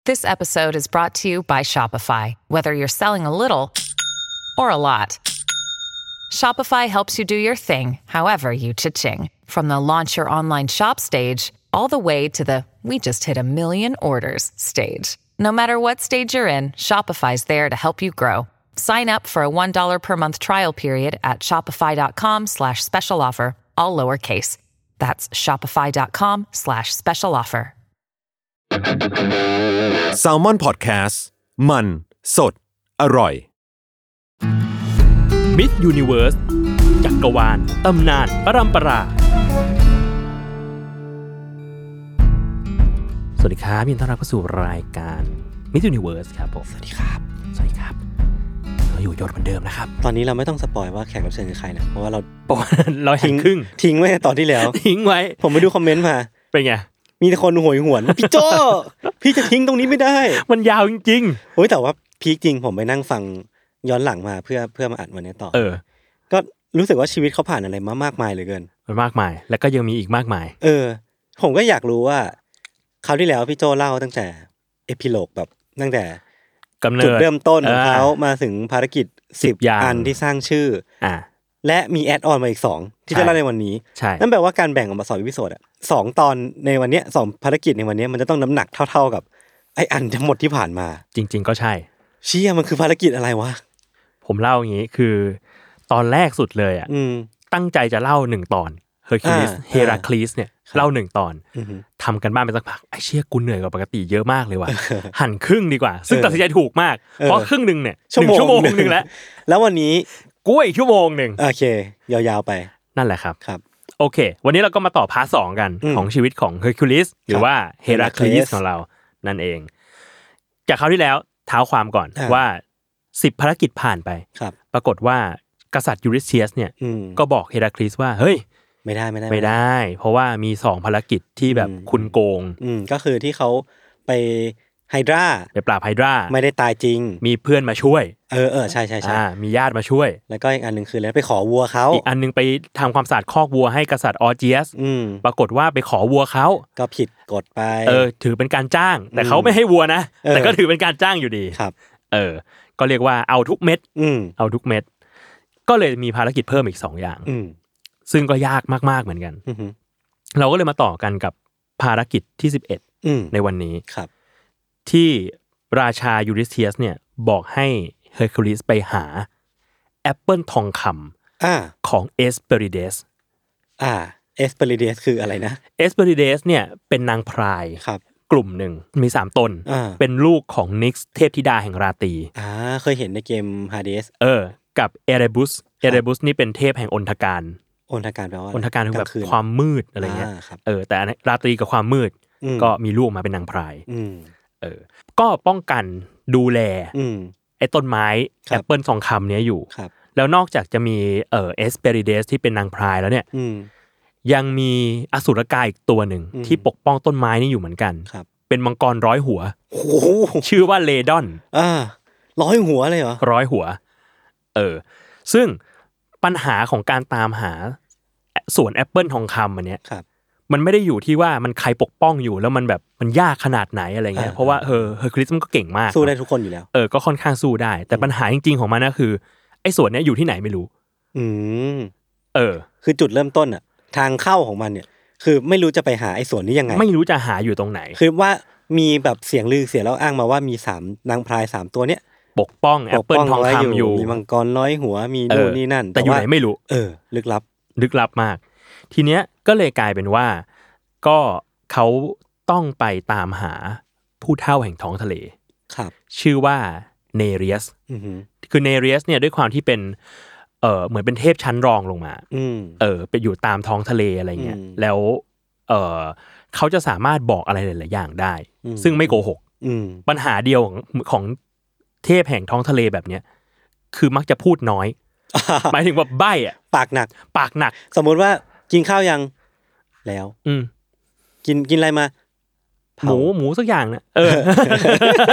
This episode is brought to you by Shopify. Whether you're selling a little or a lot, Shopify helps you do your thing, however you cha-ching. From the launch your online shop stage, all the way to the we just hit 1 million orders stage. No matter what stage you're in, Shopify's there to help you grow. Sign up for a $1 per month trial period at shopify.com/special offer, all lowercase. That's shopify.com/special offer. Salmon Podcast มันสดอร่อย Miss Universe จักรวาลตำนานปรัมปราสวัสดีครับยินดีต้อนรับเข้าสู่รายการ Miss Universe ครับผมสวัสดีครับเราอยู่ยศเหมือนเดิมนะครับตอนนี้เราไม่ต้องสปอยว่าแขกรับเชิญคือใครนะเพราะว่าเราทิ้งไว้ตอนที่แล้วทิ้งไว้ผมไปดูคอมเมนต์มาเป็นไงมีแต่คนโหยหวนพี่โจพี่จะทิ้งตรงนี้ไม่ได้มันยาวจริงๆโอ้ยแต่ว่าพีคจริงผมไปนั่งฟังย้อนหลังมาเพื่อมาอัดวันนี้ต่อก็รู้สึกว่าชีวิตเขาผ่านอะไรมากมายเหลือเกินมันมากมายแล้วก็ยังมีอีกมากมายผมก็อยากรู้ว่าคราวที่แล้วพี่โจเล่าตั้งแต่เอพิโลกแบบตั้งแต่จุดเริ่มต้นของเขามาถึงภารกิจ10 อันที่สร้างชื่อและมีแอดออนมาอีก2ที่จะเล่าในวันนี้นั่นแปลว่าการแบ่งออกมา2 อีพิโซดอ่ะ2ตอนในวันนี้2ภารกิจในวันนี้มันจะต้องน้ำหนักเท่าๆกับไอ้อันทั้งหมดที่ผ่านมาจริงๆก็ใช่เชี่ยมันคือภารกิจอะไรวะผมเล่าอย่างงี้คือตอนแรกสุดเลยอ่ะตั้งใจจะเล่า1 ตอนเฮอร์คิวลิสเฮราคลีสเนี่ยเล่า1 ตอนทำกันบ้านไปสักพักไอ้เชี่ยกูเหนื่อยกว่าปกติเยอะมากเลยว่ะหั่นครึ่งดีกว่าซึ่งตัดสินใจถูกมากเพราะครึ่งนึงเนี่ย1 ชั่วโมงนึงแล้ววันนี้กูอีกชั่วโมงนึงโอเคยาวๆไปนั่นแหละครับโอเควันนี้เราก็มาต่อพาร์ท 2กันของชีวิตของเฮอร์คิวลิสหรือว่าเฮราคลีสของเรานั่นเองจากคราวที่แล้วเท้าความก่อนว่า10 ภารกิจผ่านไปปรากฏว่ากษัตริย์ยูริสเทียสเนี่ยก็บอกเฮราคลีสว่าเฮ้ยไม่ได้เพราะว่ามี2 ภารกิจที่แบบคุณโกงก็คือที่เขาไปไฮดราไปปราบไฮดราไม่ได้ตายจริงมีเพื่อนมาช่วยใช่มีญาติมาช่วยแล้วก็อีกอันนึงคือแล้วไปขอวัวเขาอีกอันนึงไปทำความสะอาดคอกวัวให้กษัตริย์ออร์เจียสปรากฏว่าไปขอวัวเขาก็ผิดกฎไปถือเป็นการจ้างแต่เขาไม่ให้วัวนะแต่ก็ถือเป็นการจ้างอยู่ดีครับก็เรียกว่าเอาทุกเม็ดก็เลยมีภารกิจเพิ่มอีก2 อย่างซึ่งก็ยากมากๆเหมือนกันเราก็เลยมาต่อกันกับภารกิจที่11ในวันนี้ที่ราชายูริสเทียสเนี่ยบอกให้เฮอร์คิวลิสไปหาแอปเปิลทองคำของเอสเปริเดสเอสเปริเดสคืออะไรนะเอสเปริเดสเนี่ยเป็นนางพรายกลุ่มหนึ่งมี3 ตนเป็นลูกของนิกซ์เทพธิดาแห่งราตรีเคยเห็นในเกม Hades กับเอเรบุสนี่เป็นเทพแห่งอนทการแปลว่าอนทการคือแบบความมืดอะไรเงี้ยแต่ราตรีกับความมืดก็มีลูกมาเป็นนางพรายก็ป้องกันดูแลไอ้ต้นไม้แอปเปิลทองคำเนี้ยอยู่แล้วนอกจากจะมีเอสเปริเดสที่เป็นนางพรายแล้วเนี่ยยังมีอสูรกายอีกตัวหนึ่งที่ปกป้องต้นไม้นี่อยู่เหมือนกันเป็นมังกร100 หัวชื่อว่าเลดอน 100 หัวเลยเหรอ 100 หัวซึ่งปัญหาของการตามหาสวนแอปเปิลทองคำอันเนี้ยมันไม่ได้อยู่ที่ว่ามันใครปกป้องอยู่แล้วมันแบบมันยากขนาดไหนอะไรเงี้ยเพราะว่าเฮอร์คิวลิสมันก็เก่งมากสู้ได้ทุกคนอยู่แล้วก็ค่อนข้างสู้ได้แต่ปัญหาจริงๆของมันก็คือไอ้สวนเนี้ยอยู่ที่ไหนไม่รู้คือจุดเริ่มต้นอะทางเข้าของมันเนี่ยคือไม่รู้จะไปหาไอ้สวนนี้ยังไงไม่รู้จะหาอยู่ตรงไหนคือว่ามีแบบเสียงลือเสียงเล่าอ้างมาว่ามี3 นางพราย3 ตัวเนี้ยปกป้องแอปเปิลทองคำอยู่มีมังกร100 หัวมีนู่นนี่นั่นแต่อยู่ไหนไม่รู้ลึกลับมากทีเนี้ยก็เลยกลายเป็นว่าก็เขาต้องไปตามหาผู้เฒ่าแห่งท้องทะเลชื่อว่าเนเรียสคือเนเรียสเนี่ยด้วยความที่เป็นเหมือนเป็นเทพชั้นรองลงมาไปอยู่ตามท้องทะเลอะไรเงี้ยแล้วเขาจะสามารถบอกอะไรหลายๆอย่างได้ซึ่งไม่โกหกปัญหาเดียวของเทพแห่งท้องทะเลแบบเนี้ยคือมักจะพูดน้อยหมายถึงว่าใบ้อะปากหนักสมมุติว่ากินข้าวยังแล้วกินอะไรมาหมูสักอย่างนะ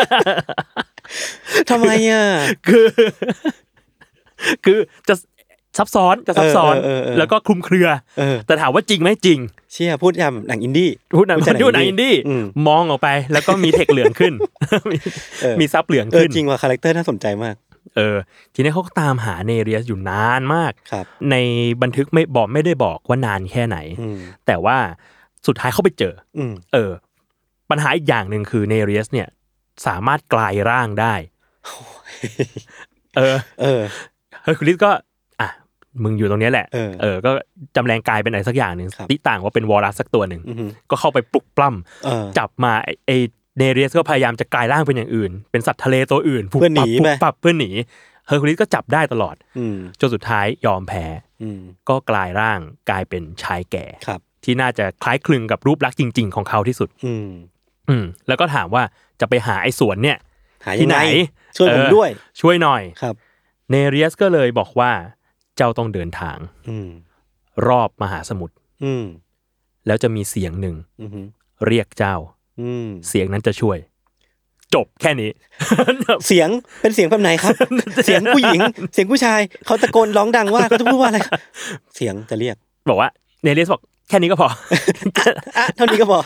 ทำไมอ่ะคือจะซับซ้อนแล้วก็คลุมเครือแต่ถามว่าจริงไหมจริงเชี่ยพูดอย่างหนังอินดี้พูดหนังอินดี้มองออกไปแล้วก็มีเทคเหลืองขึ้นมีซับเหลืองขึ้นจริงว่าคาแรคเตอร์น่าสนใจมากทีนี้เขาก็ตามหาเนเรียสอยู่นานมากในบันทึกไม่ได้บอกว่านานแค่ไหนแต่ว่าสุดท้ายเขาไปเจอปัญหาอีกอย่างหนึ่งคือเนเรียสเนี่ยสามารถกลายร่างได้เฮอร์คิวลิสก็มึงอยู่ตรงนี้แหละก็จำแรงกายเป็นอะไรสักอย่างหนึ่งที่ต่างว่าเป็นวอรัสสักตัวหนึ่งก็เข้าไปปลุกปล้ำจับมาไอเนเรียสก็พยายามจะกลายร่างเป็นอย่างอื่นเป็นสัตว์ทะเลตัวอื่นเพื่อหนีเพื่อหนีเฮอร์คิวลิสก็จับได้ตลอดจนสุดท้ายยอมแพ้ก็กลายร่างกลายเป็นชายแก่ที่น่าจะคล้ายคลึงกับรูปลักษณ์จริงๆของเขาที่สุดแล้วก็ถามว่าจะไปหาไอ้สวนเนี่ยที่ไหนช่วยผมด้วยช่วยหน่อยเนเรียสก็เลยบอกว่าเจ้าต้องเดินทางรอบมหาสมุทรแล้วจะมีเสียงหนึ่งเรียกเจ้าเสียงนั้นจะช่วยจบแค่นี้เสียงเป็นเสียงแบบไหนครับ เสียงผู้หญิงเสียงผู้ชายเขาตะโกนร้องดังว่าเขาจะพูดว่าอะไรเสียงจะเรียกบอกว่าเนเรียสบอกแค่นี้ก็พอเท่านี้ก็พอ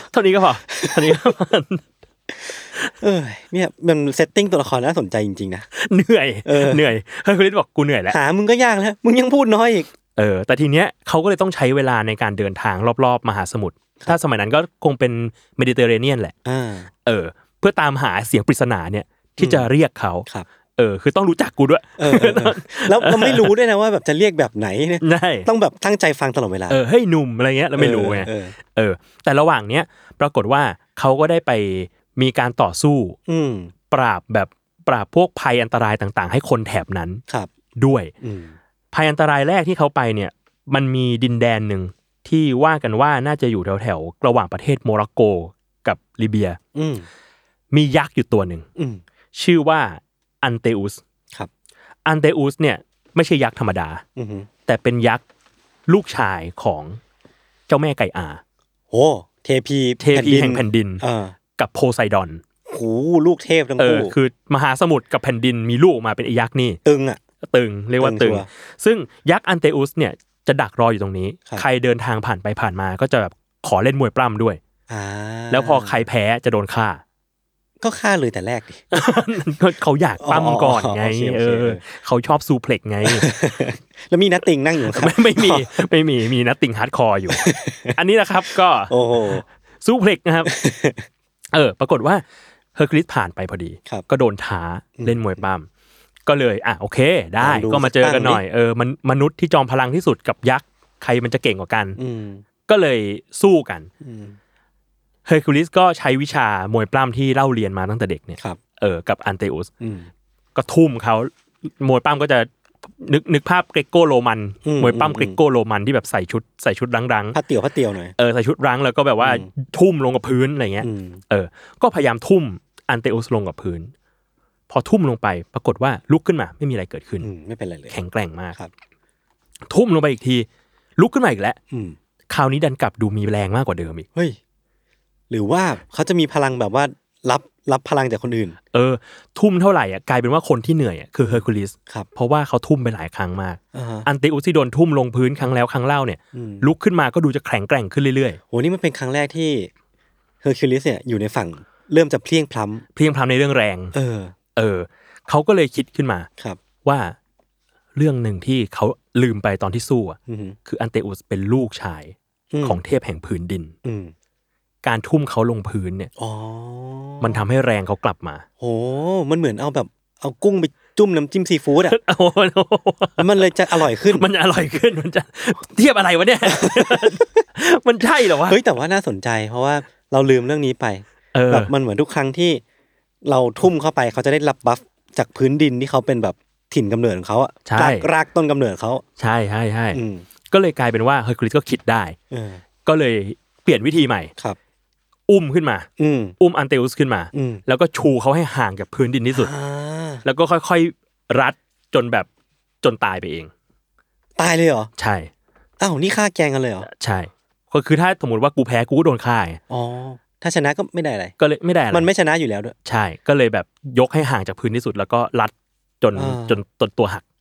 เนี่ยมันเซตติ้งตัวละครน่าสนใจจริงๆนะเหนื่อยเฮ้ยคุณฤทธิ์บอกกูเหนื่อยแล้วหามึงก็ยากแล้วมึงยังพูดน้อยอีกแต่ทีเนี้ยเขาก็เลยต้องใช้เวลาในการเดินทางรอบๆมหาสมุทรถ้าสมัยนั้นก็คงเป็นเมดิเตอร์เรเนียนแหละเพื่อตามหาเสียงปริศนาเนี่ยที่จะเรียกเขาคือต้องรู้จักกูด้วยแล้วเราไม่รู้ด้วยนะว่าแบบจะเรียกแบบไหนเนี่ยต้องแบบตั้งใจฟังตลอดเวลาเฮ้ยหนุ่มอะไรเงี้ยเราไม่รู้ไงแต่ระหว่างเนี้ยปรากฏว่าเขาก็ได้ไปมีการต่อสู้ปราบพวกภัยอันตรายต่างๆให้คนแถบนั้นด้วยภัยอันตรายแรกที่เขาไปเนี่ยมันมีดินแดนหนึ่งที่ว่ากันว่าน่าจะอยู่แถวๆระหว่างประเทศโมร็อกโกกับลิเบียมียักษ์อยู่ตัวหนึ่งชื่อว่าอันเตอุสอันเตอุสเนี่ยไม่ใช่ยักษ์ธรรมดาแต่เป็นยักษ์ลูกชายของเจ้าแม่ไก่อาโอ้เทพีแห่งแผ่นดินกับโพไซดอนโอ้ลูกเทพทั้งคู่คือมหาสมุทรกับแผ่นดินมีลูกมาเป็นไอ้ยักษ์นี่ตึงเรียกว่าตึงซึ่งยักษ์อันเตอุสเนี่ยจะดักรออยู่ตรงนี้ใครเดินทางผ่านไปผ่านมาก็จะแบบขอเล่นมวยปล้ำด้วยแล้วพอใครแพ้จะโดนฆ่าก็ฆ่าเลยแต่แรกดิเขาอยากปั้มก่อนไงเขาชอบซูเพล็กไงแล้วมีนัตติงนั่งอยู่ไม่มีนัตติงฮาร์ดคอร์อยู่อันนี้นะครับก็โอ้โหซูเพล็กนะครับปรากฏว่าเฮอร์คิวลิสผ่านไปพอดีก็โดนท้าเล่นมวยปั้มก็เลยโอเคได้ก็มาเจอกันหน่อยมันมนุษย์ที่จอมพลังที่สุดกับยักษ์ใครมันจะเก่งกว่ากันก็เลยสู้กันเฮอร์คิวลิสก็ใช้วิชามวยปล้ำที่เล่าเรียนมาตั้งแต่เด็กเนี่ยกับอันเตอุสก็ทุ่มเขามวยปล้ำก็จะนึกภาพเกรโกโรมันมวยปล้ำเกรโกโรมันที่แบบใส่ชุดรังๆผ้าเตี่ยวหน่อยใส่ชุดรังแล้วก็แบบว่าทุ่มลงกับพื้นอะไรเงี้ยก็พยายามทุ่มอันเตอุสลงกับพื้นพอทุ่มลงไปปรากฏว่าลุกขึ้นมาไม่มีอะไรเกิดขึ้นไม่เป็นไรเลยแข็งแกร่งมากทุ่มลงไปอีกทีลุกขึ้นมาอีกแล้วคราวนี้ดันกลับดูมีแรงมากกว่าเดิมอีกเฮ้ยหรือว่าเขาจะมีพลังแบบว่ารับพลังจากคนอื่นทุ่มเท่าไหร่กลายเป็นว่าคนที่เหนื่อยคือเฮอร์คิวลิสเพราะว่าเขาทุ่มไปหลายครั้งมากอันเตอุสที่โดนทุ่มลงพื้นครั้งแล้วครั้งเล่าเนี่ยลุกขึ้นมาก็ดูจะแข็งแกร่งขึ้นเรื่อยๆโหนี่มันเป็นครั้งแรกที่เฮอร์คิวลิสเนี่ยอยู่ในฝั่งเริ่มจะเพลียงพล้ำในเรื่องแรงเขาก็เลยคิดขึ้นมาว่าเรื่องหนึ่งที่เขาลืมไปตอนที่สู้คืออันเตอุสเป็นลูกชายของเทพแห่งพื้นดินการทุ่มเขาลงพื้นเนี่ยมันทำให้แรงเขากลับมาโอ้มันเหมือนเอากุ้งไปจุ่มน้ำจิ้มซีฟู้ดมันเลยจะอร่อยขึ้นมันจะเทียบอะไรวะเนี่ย มันใช่เหรอวะเฮ้ยแต่ว่าน่าสนใจเพราะว่าเราลืมเรื่องนี้ไปแบบมันเหมือนทุกครั้งที่เราทุ่มเข้าไปเขาจะได้รับบัฟจากพื้นดินที่เขาเป็นแบบถิ่นกำเนิดของเขารากต้นกำเนิดเขาใช่ก็เลยกลายเป็นว่าเฮอร์คิวลิสก็คิดได้ก็เลยเปลี่ยนวิธีใหม่อุ้มขึ้นมาอุ้มอันเตอุสขึ้นมาแล้วก็ชูเขาให้ห่างจากพื้นดินที่สุดแล้วก็ค่อยๆรัดจนตายไปเองตายเลยเหรอใช่อ้าวนี่ฆ่าแกงกันเลยเหรอใช่ก็คือถ้าสมมติว่ากูแพ้กูก็โดนฆ่าอ๋อถ้าชนะก็ไม่ได้อะไรก็เลยไม่ได้อะไรมันไม่ชนะอยู่แล้วด้วยใช่ก็เลยแบบยกให้ห่างจากพื้นที่สุดแล้วก็รัดจนตัวหัก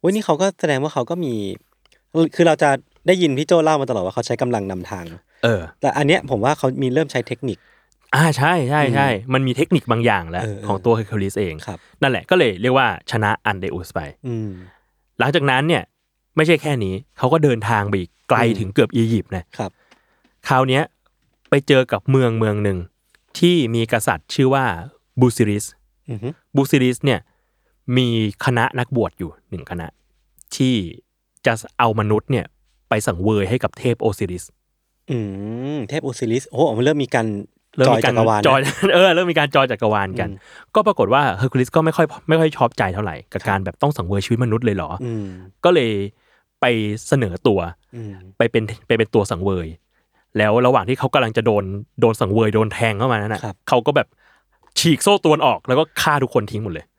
โอ้ยนี่เขาก็แสดงว่าเขาก็มีคือเราจะได้ยินพี่โจเล่ามาตลอดว่าเขาใช้กำลังนำทางแต่อันเนี้ยผมว่าเขามีเริ่มใช้เทคนิคใช่มันมีเทคนิคบางอย่างแล้วของตัวเฮอร์คิวลิสเองนั่นแหละก็เลยเรียกว่าชนะอันเดอุสไปหลังจากนั้นเนี่ยไม่ใช่แค่นี้เขาก็เดินทางไปไกลถึงเกือบอียิปต์นะครับคราวนี้ไปเจอกับเมืองหนึ่งที่มีกษัตริย์ชื่อว่าบูซิริสบูซิริสเนี่ยมีคณะนักบวชอยู่หนึ่งคณะที่จะเอามนุษย์เนี่ยไปสังเวยให้กับเทพโอซิริสเทพโอซิริสโอ้มันเริ่มมีการจอยจักรวาลเริ่มมีการจอยจักรวาลกันก็ปรากฏว่าเฮอร์คิวลิสก็ไม่ค่อยชอบใจเท่าไหร่กับการแบบต้องสังเวยชีวิตมนุษย์เลยเหรอก็เลยไปเสนอตัวไปเป็นตัวสังเวยแล้วระหว่างที่เขากำลังจะโดนสังเวยโดนแทงเข้ามานั่นน่ะเขาก็แบบฉีกโซ่ตรวนออกแล้วก็ฆ่าทุกคนทิ้งหมดเลย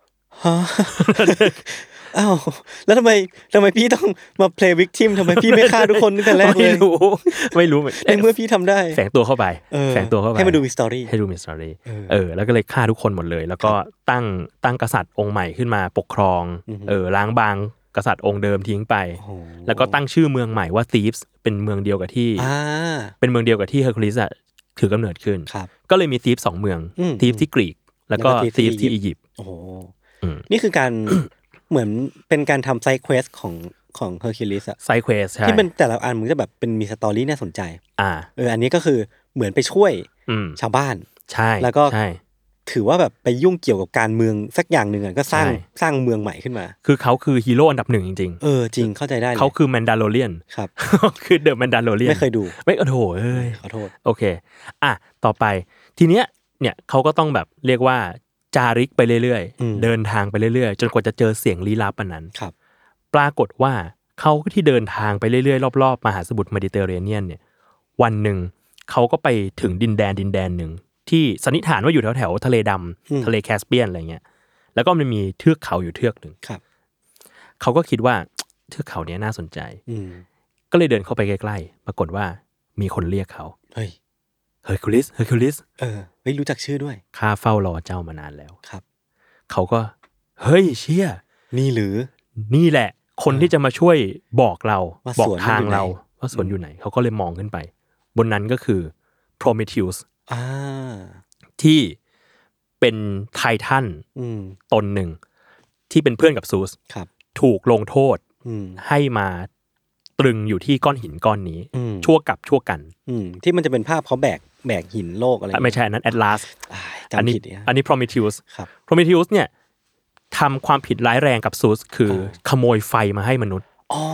อ้าวแล้วทำไมพี่ต้องมาเพลย์วิกทิมทำไมพี่ไม่ฆ่าทุกคนตั้งแต่แรกเลยไม่รู้ในเมื่อพี่ทำได้แฝงตัวเข้าไปให้มันดูมีสตอรี่แล้วก็เลยฆ่าทุกคนหมดเลยแล้วก็ตั้งกษัตริย์องค์ใหม่ขึ้นมาปกครองล้างบางกษัตริย์องค์เดิมทิ้งไปแล้วก็ตั้งชื่อเมืองใหม่ว่าธีฟส์เป็นเมืองเดียวกับที่เฮอร์คิวลิสถือกำเนิดขึ้นก็เลยมีธีฟส์2เมืองธีฟส์ที่กรีกแล้วก็ธีฟส์ที่อียิปต์นี่คือการเหมือนเป็นการทำไซด์เควสของเฮอร์คิวลิสอะไซด์เควสที่เป็นแต่ละอันมันจะแบบเป็นมีสตอรี่น่าสนใจอันนี้ก็คือเหมือนไปช่วยชาวบ้านใช่แล้วก็ถือว่าแบบไปยุ่งเกี่ยวกับการเมืองสักอย่างหนึ่งก็สร้างเมืองใหม่ขึ้นมาคือเขาคือฮีโร่อันดับ1จริงๆจริงเข้าใจได้เขาคือแมนดาโลเรียนครับคือเดอะแมนดาโลเรียนไม่เคยดูไม่โอ้โหขอโทษโอเคต่อไปทีเนี้ยเนี่ยเขาก็ต้องแบบเรียกว่าจาริกไปเรื่อยๆเดินทางไปเรื่อยๆจนกว่าจะเจอเสียงลี้ลับอันนั้นปรากฏว่าเขาที่เดินทางไปเรื่อยๆรอบๆมหาสมุทรเมดิเตอร์เรเนียนเนี่ยวันหนึ่งเขาก็ไปถึงดินแดนหนึ่งที่สันนิษฐานว่าอยู่แถวๆทะเลดำทะเลแคสเปียนอะไรเงี้ยแล้วก็มันมีเทือกเขาอยู่เทือกหนึ่งเขาก็คิดว่าเทือกเขาเนี้ยน่าสนใจก็เลยเดินเข้าไปใกล้ๆปรากฏว่ามีคนเรียกเขาเฮอร์คิวลิสไม่รู้จักชื่อด้วยข้าเฝ้ารอเจ้ามานานแล้วครับเขาก็เฮ้ยเชี่ยนี่หรือนี่แหละคนที่จะมาช่วยบอกเราบอกทางเราว่าสวนอยู่ไหนเขาก็เลยมองขึ้นไปบนนั้นก็คือโพรเมเธีอุสที่เป็นไททันตนหนึ่งที่เป็นเพื่อนกับซูสถูกลงโทษให้มาตรึงอยู่ที่ก้อนหินก้อนนี้ชั่วกันที่มันจะเป็นภาพเขาแบกหินโลกอะไรไม่ใช่นั้นแอตลาสอันนี้โพรเมเธีอุสโพรเมเธีอุสเนี่ยทำความผิดร้ายแรงกับซูสคือขโมยไฟมาให้มนุษย์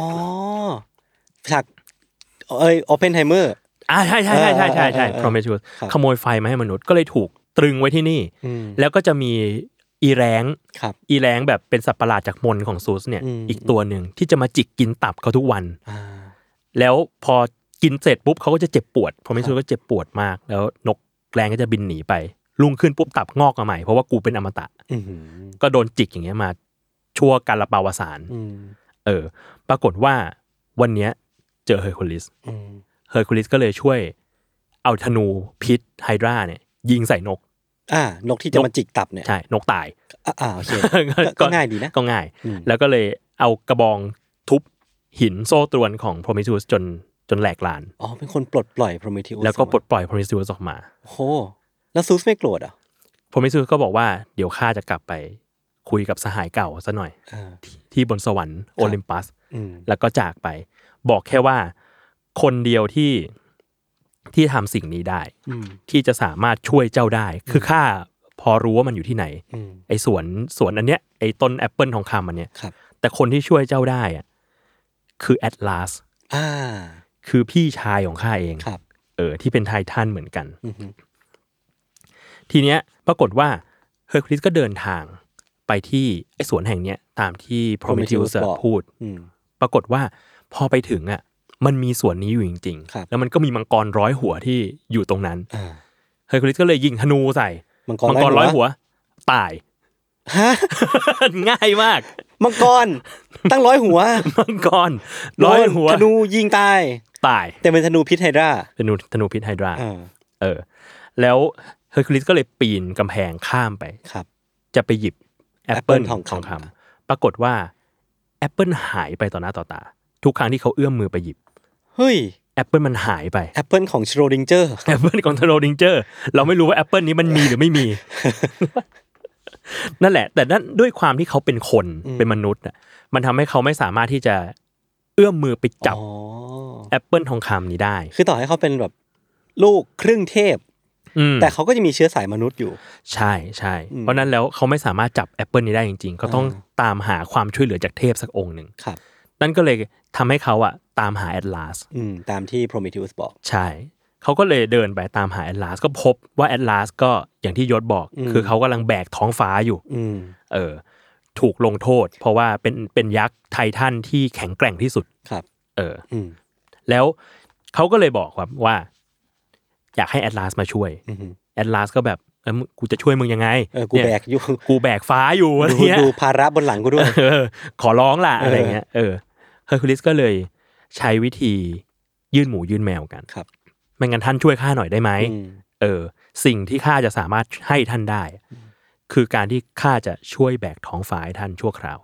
จากโอเพนไฮเมอร์ใช่โพรเมเธีอุสขโมยไฟมาให้มนุษย์ก็เลยถูกตรึงไว้ที่นี่แล้วก็จะมีอีแรงแบบเป็นสัตว์ประหลาดจากมนของซูสเนี่ยอีกตัวหนึ่งที่จะมาจิกกินตับเขาทุกวันแล้วพอกินเสร็จปุ๊บเขาก็จะเจ็บปวดโพรเมเธีอุสก็เจ็บปวดมากแล้วนกแรงก็จะบินหนีไปรุ่งขึ้นปุ๊บตับงอกมาใหม่เพราะว่ากูเป็นอมตะก็โดนจิกอย่างเงี้ยมาชั่วกาลปาวสารปรากฏว่าวันเนี้ยเจอเฮอร์คิวลิสก็เลยช่วยเอาธนูพิษไฮดราเนี่ยยิงใส่นกที่จะมาจิกตับเนี่ยใช่นกตายโอเคก็ง่ายดีนะก็ง่ายแล้วก็เลยเอากระบองทุบหินโซ่ตรวนของโพรเมเธีอุสจนแหลกลานเป็นคนปลดปล่อยโพรเมเธีอุสแล้วก็ปลดปล่อยโพรเมเธีอุสออกมาโหแล้วซูสไม่โกรธอ่ะโพรเมเธีอุสก็บอกว่าเดี๋ยวข้าจะกลับไปคุยกับสหายเก่าซะหน่อยที่บนสวรรค์โอลิมปัสแล้วก็จากไปบอกแค่ว่าคนเดียวที่ทำสิ่งนี้ได้ที่จะสามารถช่วยเจ้าได้คือข้าพอรู้ว่ามันอยู่ที่ไหนไอ้สวนอันเนี้ยไอ้ต้นแอปเปิลทองคำอันเนี้ยแต่คนที่ช่วยเจ้าได้อ่ะคือแอตลาสคือพี่ชายของข้าเองที่เป็นไททันเหมือนกันทีเนี้ยปรากฏว่าเฮอร์คิวลิสก็เดินทางไปที่ไอ้สวนแห่งเนี้ยตามที่โพรเมเธีอุสพูดปรากฏว่าพอไปถึงอ่ะมันมีสวนนี้อยู่จริงๆแล้วมันก็มีมังกร100 หัวที่อยู่ตรงนั้นเฮอร์คิวลิสก็เลยยิงธนูใส่มังกร100 หัวตายง่ายมากมังกรตั้ง100 หัวมังกร100 หัวธนูยิงตายแต่เป็นธนูพิษไฮดราเป็นธนูพิษไฮดราแล้วเฮอร์คิวลิสก็เลยปีนกำแพงข้ามไปจะไปหยิบแอปเปิลทองคำปรากฏว่าแอปเปิลหายไปต่อหน้าต่อตาทุกครั้งที่เขาเอื้อมมือไปหยิบเฮ้ยแอปเปิลมันหายไปแอปเปิลของชโรดิงเจอร์แอปเปิลของชโรดิงเจอร์เราไม่รู้ว่าแอปเปิลนี้มันมีหรือไม่มี นั่นแหละแต่นั่นด้วยความที่เขาเป็นคนเป็นมนุษย์อ่ะมันทำให้เขาไม่สามารถที่จะเอื้อมมือไปจับแอปเปิลทองคำนี้ได้คือต่อให้เขาเป็นแบบลูกครึ่งเทพแต่เขาก็จะมีเชื้อสายมนุษย์อยู่ใช่ใช่เพราะนั้นแล้วเขาไม่สามารถจับแอปเปิลนี้ได้จริงๆเขาต้องตามหาความช่วยเหลือจากเทพสักองค์หนึ่งนั่นก็เลยทำให้เขาอะตามหาแอตลาสตามที่โพรเมธีอุสบอกใช่เขาก็เลยเดินไปตามหาแอตลาสก็พบว่าแอตลาสก็อย่างที่ยศบอกคือเขากำลังแบกท้องฟ้าอยู่ถูกลงโทษเพราะว่าเป็นยักษ์ไททันที่แข็งแกร่งที่สุดครับแล้วเขาก็เลยบอกว่าอยากให้แอตลาสมาช่วยแอตลาสก็แบบกูจะช่วยมึงยังไงกูแบกอยู่กูแบกฟ้าอยู่อะไรเงี้ยดูภาระบนหลังกูด้วยขอร้องล่ะอะไรเงี้ยเฮอร์คิวลิสก็เลยใช้วิธียื่นหมูยื่นแมวกันครับไม่งั้นท่านช่วยข้าหน่อยได้ไหมสิ่งที่ข้าจะสามารถให้ท่านได้คือการที่ข้าจะช่วยแบกท้องฟ้าให้ท่านชั่วคราว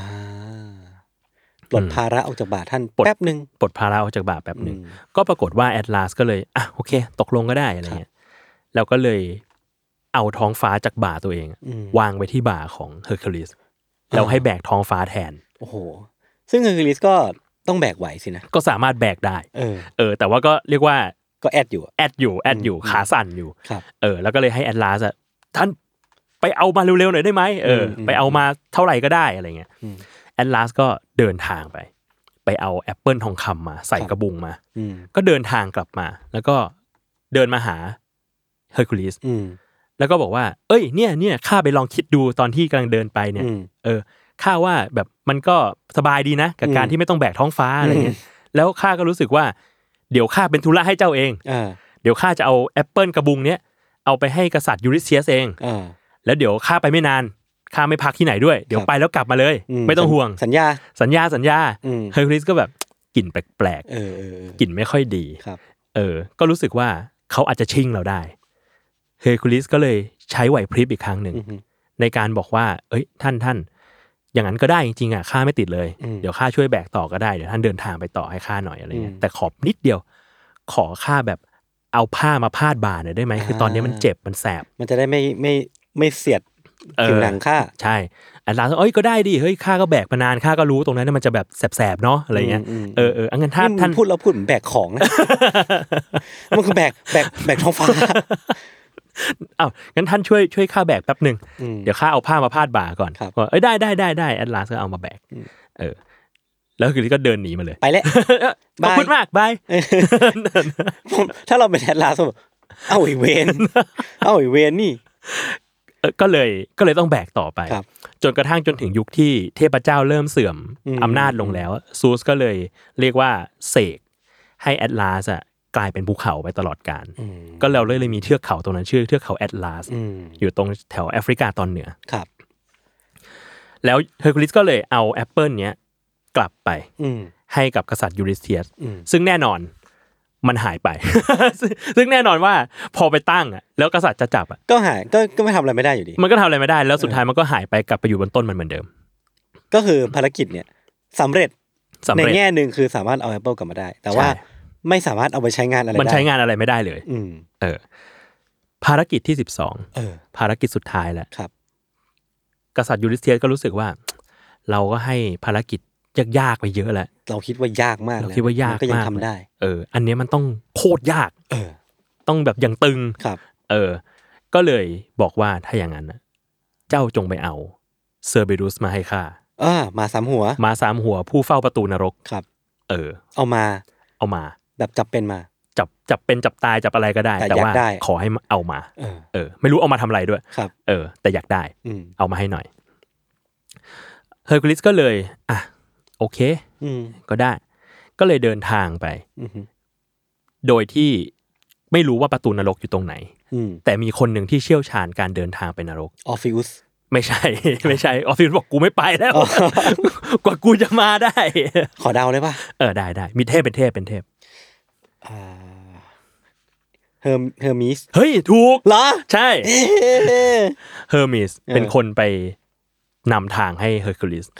ปลดภาระออกจากบ่าท่านแป๊บนึงปลดภาระออกจากบ่าแป๊บนึงก็ปรากฏว่าแอตลาสก็เลยโอเคตกลงก็ได้อะไรเงี้ยแล้วก็เลยเอาท้องฟ้าจากบ่าตัวเองวางไว้ที่บ่าของเฮอร์คิวลิสแล้วให้แบกท้องฟ้าแทนโอ้โหซึ่งเฮอร์คิวลิสก็ต้องแบกไหวสินะก็สามารถแบกได้แต่ว่าก็เรียกว่าก็แอดอยู่ขาสั่นอยู่ครับแล้วก็เลยให้แอตลาสท่านไปเอามาเร็วๆหน่อยได้ไหมไปเอามาเท่าไหร่ก็ได้อะไรเงี้ยแอตลาสก็เดินทางไปเอาแอปเปิลทองคำมาใส่กระบุงมาก็เดินทางกลับมาแล้วก็เดินมาหาเฮอร์คิวลิสแล้วก็บอกว่าเอ้ยเนี่ยข้าไปลองคิดดูตอนที่กำลังเดินไปเนี่ยข้าว่าแบบมันก็สบายดีนะกับการที่ไม่ต้องแบกท้องฟ้าอะไรเงี้ยแล้วข้าก็รู้สึกว่าเดี๋ยวข้าเป็นธุระให้เจ้าเองเดี๋ยวข้าจะเอาแอปเปิลกระบุงเนี้ยเอาไปให้กษัตริย์ยูริเซียสเองแล้วเดี๋ยวข้าไปไม่นานข้าไม่พักที่ไหนด้วยเดี๋ยวไปแล้วกลับมาเลยไม่ต้องห่วงสัญญาเฮอร์คิวลิสก็แบบกลิ่นแปลกๆกลิ่นไม่ค่อยดีก็รู้สึกว่าเขาอาจจะชิงเราได้เฮอร์คิวลิสก็เลยใช้ไหวพริบอีกครั้งหนึ่งในการบอกว่าเอ้ยท่านอย่างนั้นก็ได้จริงๆข้าไม่ติดเลยเดี๋ยวข้าช่วยแบกต่อก็ได้เดี๋ยวท่านเดินทางไปต่อให้ข้าหน่อยอะไรเงี้ยแต่ขอนิดเดียวขอข้าแบบเอาผ้ามาพาดบ่าหน่อยได้ไหมคือตอนนี้มันเจ็บมันแสบมันจะได้ไม่เสียดผิวหนังข้าใช่แอตลาสเอ้ยก็ได้ดิเฮ้ยข้าก็แบกมานานข้าก็รู้ตรงนั้นมันจะแบบแสบๆเนาะอะไรเงี้ยงั้นท่านพูดแล้วพูดเหมือนแบกของนะมันคือแบกท้องฟ้างั้นท่านช่วยข้าแบกแป๊บนึงเดี๋ยวข้าเอาผ้ามาพาดบ่าก่อนเอ้ยได้แอตลาสก็เอามาแบกแล้วคือก็เดินหนีมาเลยไปแล้วขอบคุณมากบายถ้าเราเป็นแอตลาสเอาอีเวนนี่ก็เลยต้องแบกต่อไปจนกระทั่งจนถึงยุคที่เทพเจ้าเริ่มเสื่อมอำนาจลงแล้วซูสก็เลยเรียกว่าเสกให้แอตลาสกลายเป็นภูเขาไปตลอดกาลก็เราเลยมีเทือกเขาตรงนั้นชื่อเทือกเขาแอตลาสอยู่ตรงแถวแอฟริกาตอนเหนือครับแล้วเฮอร์คิวลิสก็เลยเอาแอปเปิลเนี้ยกลับไปให้กับกษัตริย์ยูริเซียสซึ่งแน่นอนมันหายไป ซึ่งแน่นอนว่าพอไปตั้งแล้วกษัตริย์จะจับก็หายก็ไม่ทำอะไรไม่ได้อยู่ดีมันก็ทำอะไรไม่ได้แล้วสุดท้ายมันก็หายไปกลับไปอยู่บนต้นมันเหมือนเดิมก็คือภารกิจเนี่ยสำเร็จในแง่นึงคือสามารถเอาแอปเปิลกลับมาได้แต่ว่าไม่สามารถเอาไปใช้งานอะไรได้มันใช้งานอะไรไม่ได้เลยภารกิจที่12ภารกิจสุดท้ายแล้วครับกษัตริย์ยูริเซียสก็รู้สึกว่าเราก็ให้ภารกิจยากๆไปเยอะแล้วเราคิดว่ายากมากเราคิดว่ายากก็ยังทำได้อันนี้มันต้องโคตรยากต้องแบบอย่างตึงครับก็เลยบอกว่าถ้าอย่างนั้นเจ้าจงไปเอาเซอร์เบรุสมาให้ข้ามา3 หัวผู้เฝ้าประตูนรกครับเอามาแบบจับเป็นมาจับเป็นจับตายจับอะไรก็ได้แต่ว่าขอให้เอามาไม่รู้เอามาทำอะไรด้วยครับแต่อยากได้เอามาให้หน่อยเฮอร์คิวลิสก็เลยโอเคก็ได้ก็เลยเดินทางไปโดยที่ไม่รู้ว่าประตูนรกอยู่ตรงไหนแต่มีคนหนึ่งที่เชี่ยวชาญการเดินทางไปนรกออฟฟิอุสไม่ใช่ออฟฟิอุสบอกกูไม่ไปแล้วกว่ากูจะมาได้ขอเดาเลยป่ะได้มีเทพเป็นเทพเฮอร์มิสเฮ้ยถูกเหรอใช่เฮอร์มิสเป็นคนไปนำทางให้เฮอร์คิวลิสครับ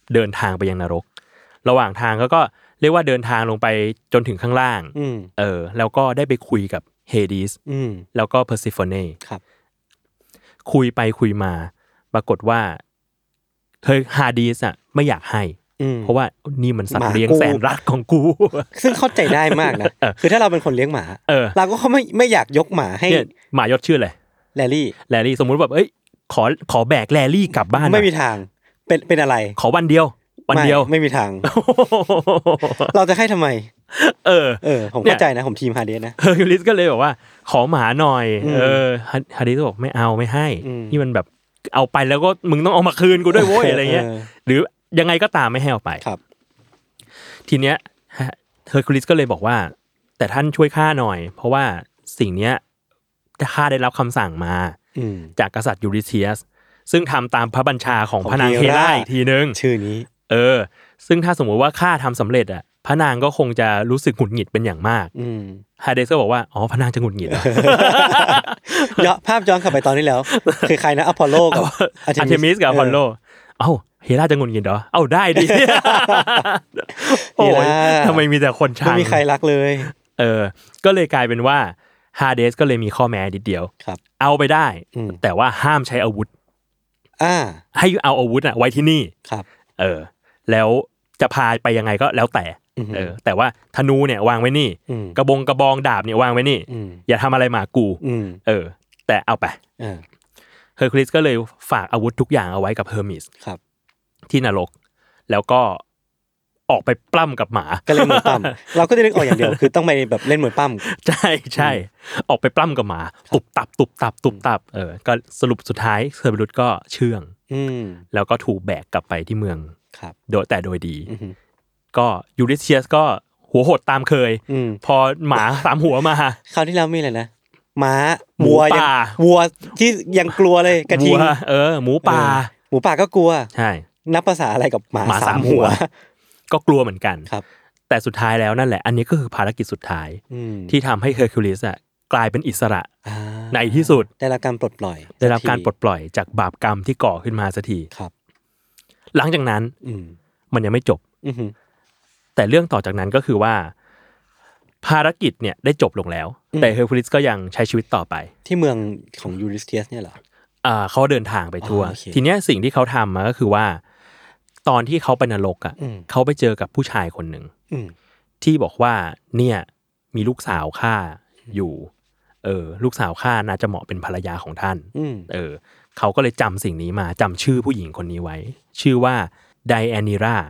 เดินทางไปยังนรกระหว่างทางก็เรียกว่าเดินทางลงไปจนถึงข้างล่างแล้วก็ได้ไปคุยกับเฮดิสแล้วก็เพอร์ซิโฟเน่คุยไปคุยมาปรากฏว่าฮาดิสอ่ะไม่อยากให้เพราะว่านี่มันสัตว์เลี้ยงแสนรักของกูซึ่งเข้าใจได้มากนะคือถ้าเราเป็นคนเลี้ยงหมาเราก็ไม่อยากยกหมาให้หมายศชื่ออะไรแลลี่สมมุติแบบขอแบกแลลี่กลับบ้านไม่มีทางเป็นอะไรขอวันเดียวไม่มีทางเราจะให้ทำไมผมเข้าใจนะผมทีมฮาดิสนะเฮอร์คิวลิสก็เลยบอกว่าขอหมาหน่อยฮาดิสบอกไม่เอาไม่ให้นี่มันแบบเอาไปแล้วก็มึงต้องเอามาคืนกูด้วยโว้ยอะไรเงี้ยหรือยังไงก็ตามไม่ให้เอาไปครับทีเนี้ยเฮอร์คิวลิสก็เลยบอกว่าแต่ท่านช่วยข้าหน่อยเพราะว่าสิ่งเนี้ยข้าได้รับคำสั่งมาจากกษัตริย์ยูริเทียสซึ่งทำตามพระบัญชาของพระนางเฮราอีกทีนึงชื่อนี้ซึ่งถ้าสมมุติว่าข้าทำสำเร็จอ่ะพระนางก็คงจะรู้สึกหงุดหงิดเป็นอย่างมากฮาเดสก็บอกว่าอ๋อพระนางจะหงุดหงิดเหรอภาพย้อนกลับไปตอนนี้แล้วคือใครนะอพอลโลกับอาร์เทมิสกับอพอลโลเอ้าเฮราจะหงุดหงิดเหรอเอ้าได้ดิโอ้ยทำไมมีแต่คนชังไม่มีใครรักเลยก็เลยกลายเป็นว่าฮาเดสก็เลยมีข้อแม้นิดเดียวเอาไปได้แต่ว่าห้ามใช้อาวุธให้เอาอาวุธไว้ที่นี่แล้วจะพาไปยังไงก็แล้วแต่ว่าธนูเนี่ยวางไว้นี่กระบองดาบเนี่ยวางไว้นี่อย่าทำอะไรหมากูแต่เอาไปเฮอร์คิวลิสก็เลยฝากอาวุธทุกอย่างเอาไว้กับเฮอร์มิสที่นรกแล้วก็ออกไปปล้ำกับหมาก็เล่นมวยปล้ำเราก็จะนึกออกอย่างเดียวคือต้องไปแบบเล่นมวยปล้ำใช่ออกไปปล้ำกับหมาตุบตับก็สรุปสุดท้ายเซอร์เบรุสก็เชื่องแล้วก็ถูกแบกกลับไปที่เมืองโดยดีก็ยูริเทียสก็หัวหดตามเคยพอหมาสามหัวมาคราวที่แล้วมีอะไรนะม้าวัวที่ยังกลัวเลยกระทิงหมูป่าก็กลัวใช่นับภาษาอะไรกับหมาสามหัวก็กลัวเหมือนกันแต่สุดท้ายแล้วนั่นแหละอันนี้ก็คือภารกิจสุดท้ายที่ทำให้เฮอร์คิวลิสกลายเป็นอิสระในที่สุดได้รับการปลดปล่อยจากบาปกรรมที่ก่อขึ้นมาสักทีหลังจากนั้นมันยังไม่จบแต่เรื่องต่อจากนั้นก็คือว่าภารกิจเนี่ยได้จบลงแล้วแต่เฮอร์คิวลิสก็ยังใช้ชีวิตต่อไปที่เมืองของยูริสเทียสเนี่ยเหรอเขาเดินทางไปทั่วทีเนี้ยสิ่งที่เขาทำมาก็คือว่าตอนที่เขาไปนรกเขาไปเจอกับผู้ชายคนหนึ่งที่บอกว่าเนี่ยมีลูกสาวข้าอยู่ลูกสาวข้าน่าจะเหมาะเป็นภรรยาของท่านเขาก็เลยจำสิ่งนี้มาจำชื่อผู้หญิงคนนี้ไว้ชื่อว่าไดแอนิรา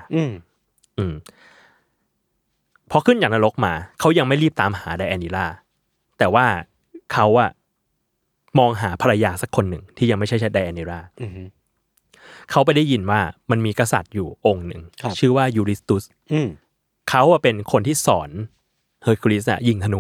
พอขึ้นจากนรกมาเขายังไม่รีบตามหาไดแอนิราแต่ว่าเขามองหาภรรยาสักคนหนึ่งที่ยังไม่ใช่ไดแอนิราเขาไปได้ยินว่ามันมีกษัตริย์อยู่องค์หนึ่งชื่อว่ายูริสตุสเขาเป็นคนที่สอนเฮอร์คิวลิสยิงธนู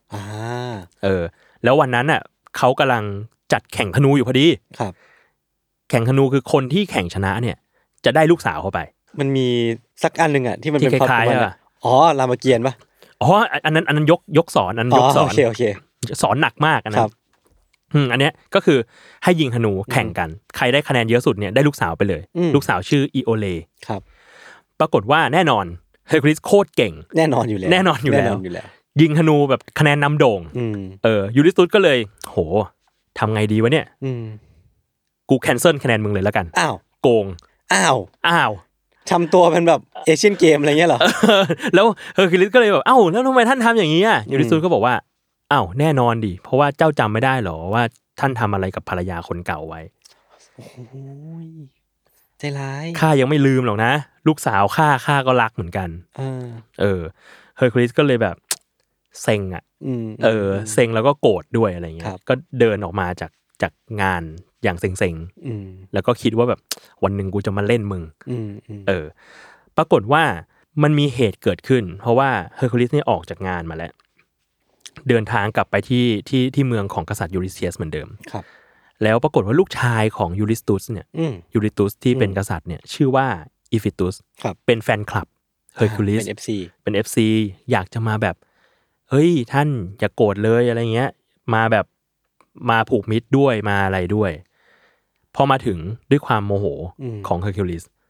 แล้ววันนั้นเขากำลังจัดแข่งธนูอยู่พอดีแข่งธนูคือคนที่แข่งชนะเนี่ยจะได้ลูกสาวเข้าไปมันมีสักอันนึงที่มันเป็นคล้ายๆรามเกียรติป่ะอันนั้นยกสอนยกสอนโอเคสอนหนักมากอันนั้นอันเนี้ยก็คือให้ยิงธนูแข่งกันใครได้คะแนนเยอะสุดเนี่ยได้ลูกสาวไปเลยลูกสาวชื่ออีโอเลปรากฏว่าแน่นอนเฮอร์คิวลิสโคตรเก่งแน่นอนอยู่แล้วยิงธนูแบบคะแนนนำโด่งยูริสตุสก็เลยโหทำไงดีวะเนี่ยกูแคนเซิลคะแนนมึงเลยแล้วกันโกงทำตัวเป็นแบบเอเชียนเกมอะไรเงี้ยเหรอแล้วเฮอร์คิวลิสก็เลยแบบแล้วทำไมท่านทำอย่างนี้ยูริสตุสก็บอกว่าแน่นอนดิเพราะว่าเจ้าจำไม่ได้หรอว่าท่านทำอะไรกับภรรยาคนเก่าไว้โอ้ยใจร้ายข้ายังไม่ลืมหรอกนะลูกสาวข้าก็รักเหมือนกันเฮอร์คิวลิสก็เลยแบบเซ็งเซ็งแล้วก็โกรธด้วยอะไรเงี้ยก็เดินออกมาจากงานอย่างเซ็งๆแล้วก็คิดว่าแบบวันหนึ่งกูจะมาเล่นมึงปรากฏว่ามันมีเหตุเกิดขึ้นเพราะว่าเฮอร์คิวลิสเนี่ยออกจากงานมาแล้วเดินทางกลับไปที่เมืองของกษัตริย์ยูริเทียสเหมือนเดิมแล้วปรากฏว่าลูกชายของยูริสตุสเนี่ยยูริสตุสที่เป็นกษัตริย์เนี่ยชื่อว่าอีฟิตุสเป็นแฟนคลับเฮอร์คิวลิสเป็น FC อยากจะมาแบบเฮ้ยท่านอย่าโกรธเลยอะไรเงี้ยมาแบบมาผูกมิตรด้วยมาอะไรด้วยพอมาถึงด้วยความโมโหของเฮอร์คิวลิส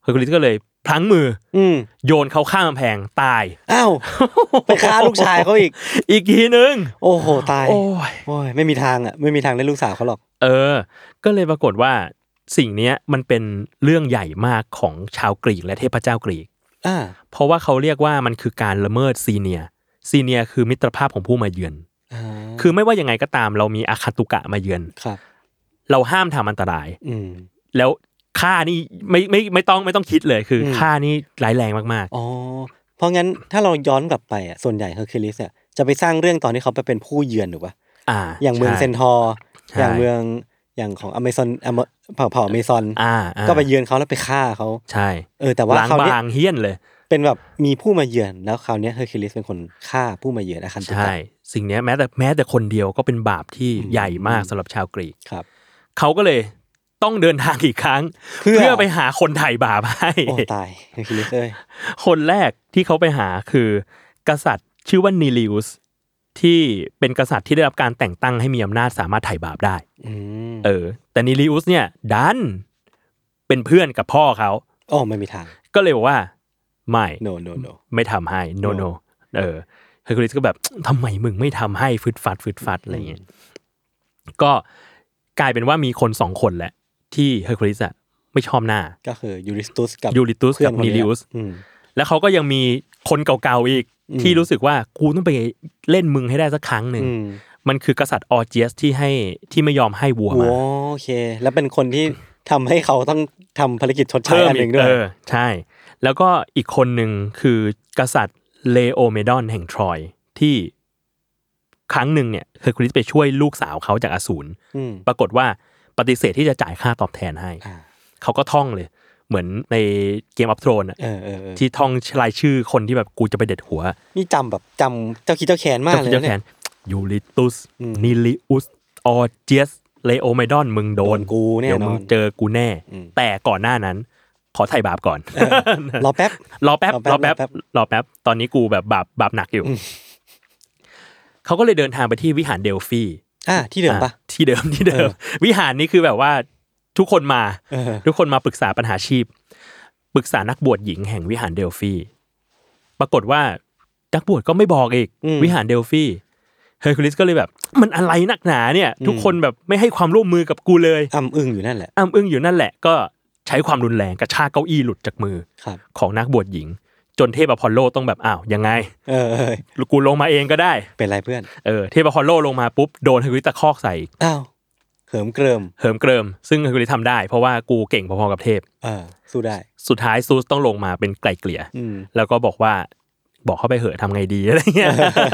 เฮอร์คิวลิสก็เลยพลั้งมือโยนเขาข้ามกำแพงตายอ้าวไปฆ่าลูกชายเขาอีกทีนึงโอ้โหตายโอ้ยไม่มีทางอ่ะไม่มีทางได้ลูกสาวเขาหรอกก็เลยปรากฏว่าสิ่งนี้มันเป็นเรื่องใหญ่มากของชาวกรีกและเทพเจ้ากรีกเพราะว่าเขาเรียกว่ามันคือการละเมิดซีเนียคือมิตรภาพของผู้มาเยือนคือไม่ว่ายังไงก็ตามเรามีอาคันตุกะมาเยือนเราห้ามทำอันตรายแล้วฆ่านี่ไม่ต้องคิดเลยคือฆ่านี่ร้ายแรงมากๆอ๋อเพราะงั้นถ้าเราย้อนกลับไปอ่ะส่วนใหญ่เฮอร์คิวลิสอ่ะจะไปสร้างเรื่องตอนที่เขาไปเป็นผู้เยือนถูกป่ะอย่างเมืองเซนทอร์อย่างเมืองอย่างของอเมซอนเผ่าอเมซอนก็ไปเยือนเขาแล้วไปฆ่าเขาใช่แต่ว่าเขาเนี่ยเฮี้ยนเลยเป็นแบบมีผู้มาเยือนแล้วคราวนี้เฮอร์คิวลิสเป็นคนฆ่าผู้มาเยือนอาคันตุกะใช่สิ่งนี้แม้แต่คนเดียวก็เป็นบาปที่ใหญ่มากสำหรับชาวกรีกครับเขาก็เลยต้องเดินทางอีกครั้งเพื่อไปหาคนไถ่บาปให้โอ้ตายเฮอร์คิวลิสเลยคนแรกที่เขาไปหาคือกษัตริย์ชื่อว่านีลิอุสที่เป็นกษัตริย์ที่ได้รับการแต่งตั้งให้มีอำนาจสามารถไถ่บาปได้แต่นีลิอุสเนี่ยดันเป็นเพื่อนกับพ่อเขาไม่มีทางก็เลยบอกว่าไม่ no ไม่ทำให้ no เฮอร์คิวลิสก็แบบทำไมมึงไม่ทำให้ฟึดฟัดอะไรเงี้ยก็กลายเป็นว่ามีคน2คนแหละที่เฮอร์คิวลิสไม่ชอบหน้าก็คือยูริตุสกับนีลิอุสแล้วเขาก็ยังมีคนเก่าๆอีกที่รู้สึกว่ากูต้องไปเล่นมึงให้ได้สักครั้งหนึ่งมันคือกษัตริย์ออร์เจียสที่ไม่ยอมให้วัวมาโอเคแล้วเป็นคนที่ทำให้เขาต้องทำภารกิจชดใช้อันหนึ่งด้วยใช่แล้วก็อีกคนหนึ่งคือกษัตริย์เลโอเมดอนแห่งทรอยที่ครั้งหนึ่งเนี่ยเฮอร์คิวลิสไปช่วยลูกสาวเขาจากอสูรปรากฏว่าปฏิเสธที่จะจ่ายค่าตอบแทนให้เขาก็ท่องเลยเหมือนในเกมออฟโทรนที่ท่องรายชื่อคนที่แบบกูจะไปเด็ดหัวนี่จำเจ้าคิดเจ้าแคนมากเลยเนี่ยยูริตุสนิลิอุสออร์เจียสเลโอเมดอนมึงโดนกูแน่นอนเดี๋ยวมึงเจอกูแน่แต่ก่อนหน้านั้นขอไถ่บาปก่อนรอแป๊บตอนนี้กูแบบบาปหนักอยู่เขาก็เลยเดินทางไปที่วิหารเดลฟีที่เดิมปะที่เดิมวิหารนี้คือแบบว่าทุกคนมาปรึกษาปัญหาชีพปรึกษานักบวชหญิงแห่งวิหารเดลฟีปรากฏว่านักบวชก็ไม่บอกอีกวิหารเดลฟีเฮอร์คิวลิสก็เลยแบบมันอะไรนักหนาเนี่ยทุกคนแบบไม่ให้ความร่วมมือกับกูเลยอึ้งอยู่นั่นแหละก็ใช้ความรุนแรงกระชากเก้าอี้หลุดจากมือของนักบวชหญิงจนเทพอพอลโลต้องแบบยังไงกูลงมาเองก็ได้เป็นไรเพื่อนเทพอพอลโลลงมาปุ๊บโดนเฮอร์คิวลิสตะคอกใส่เหิมเกริมซึ่งเฮอร์คิวลิสทำได้เพราะว่ากูเก่งพอๆกับเทพสู้ได้สุดท้ายซูสต้องลงมาเป็นไกลเกลี่ยแล้วก็บอกเข้าไปเหอะทำไงดีอะไรเงี้ย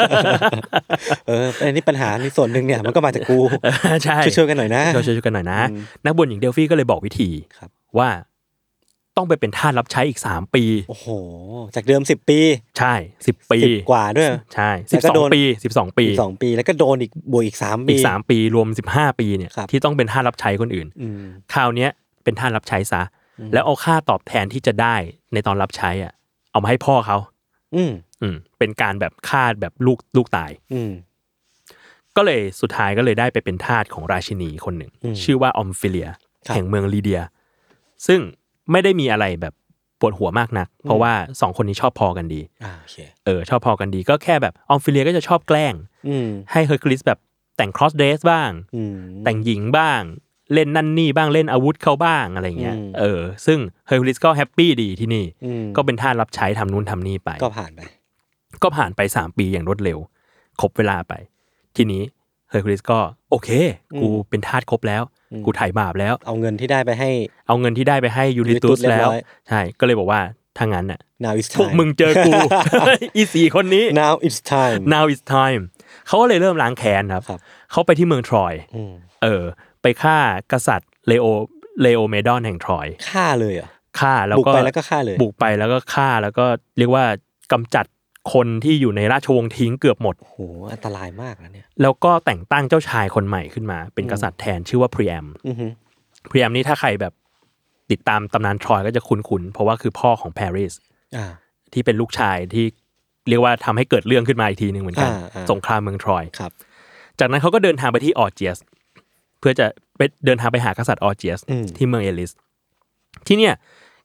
อันนี้ปัญหาในส่วนหนึ่งเนี่ยมันก็มาจากกูใช่ช่วยกันหน่อยนะช่วยกันหน่อยนะนักบวชหญิงเดลฟี่ก็เลยบอกวิธีว่าต้องไปเป็นทาสรับใช้อีก3ปีโอ้โหจากเดิม10ปีใช่10ปี 10กว่าด้วยใช่12ปีแล้วก็โดนบวกอีก3ปีอีก3ปีรวม15ปีเนี่ยที่ต้องเป็นทาสรับใช้คนอื่นคราวนี้เป็นทาสรับใช้ซะแล้วเอาค่าตอบแทนที่จะได้ในตอนรับใช้เอามาให้พ่อเขาเป็นการแบบฆ่าแบบลูกตายก็เลยสุดท้ายก็เลยได้ไปเป็นทาสของราชินีคนหนึ่งชื่อว่าออมฟิเลียแห่งเมืองลีเดียซึ่งไม่ได้มีอะไรแบบปวดหัวมากนักเพราะว่า2คนนี้ชอบพอกันดีชอบพอกันดีก็แค่แบบออมฟิเลียก็จะชอบแกล้งให้เฮอร์คิวลิสแบบแต่งครอสเดรสบ้างแต่งหญิงบ้างเล่นนั่นนี่บ้างเล่นอาวุธเขาบ้างอะไรเงี้ยซึ่งเฮอร์คิวลิสก็แฮปปี้ดีที่นี่ก็เป็นทาสรับใช้ทำนู่นทำนี่ไปก็ผ่านไป3ปีอย่างรวดเร็วครบเวลาไปทีนี้เฮอร์คิวลิสก็โอเคกูเป็นทาสครบแล้วกูไถ่บาปแล้วเอาเงินที่ได้ไปให้ยูริตุสแล้วใช่ก็เลยบอกว่าถ้างั้นน่ะ พวกมึงเจอกู อี4คนนี้ now it's time เขาก็เลยเริ่มล้างแค้นครับเขาไปที่เมืองทรอยไปฆ่ากษัตริย์เลโอเมดอนแห่งทรอยฆ่าเลยเหรอฆ่าแล้วก็บุกไปแล้วก็ฆ่าเลยบุกไปแล้วก็ฆ่าแล้วก็เรียกว่ากำจัดคนที่อยู่ในราชวงศ์ทิ้งเกือบหมดโหอันตรายมากนะเนี่ยแล้วก็แต่งตั้งเจ้าชายคนใหม่ขึ้นมาเป็นกษัตริย์แทนชื่อว่าพรีแอมนี่ถ้าใครแบบติดตามตำนานทรอยก็จะคุ้นๆเพราะว่าคือพ่อของปารีสที่เป็นลูกชายที่เรียกว่าทำให้เกิดเรื่องขึ้นมาอีกทีนึงเหมือนกันสงครามเมืองทรอยจากนั้นเขาก็เดินทางไปที่ออร์เจียสเพื่อจะไปเดินทางไปหากษัตริย์ออร์เจียสที่เมืองเอลิสที่เนี่ย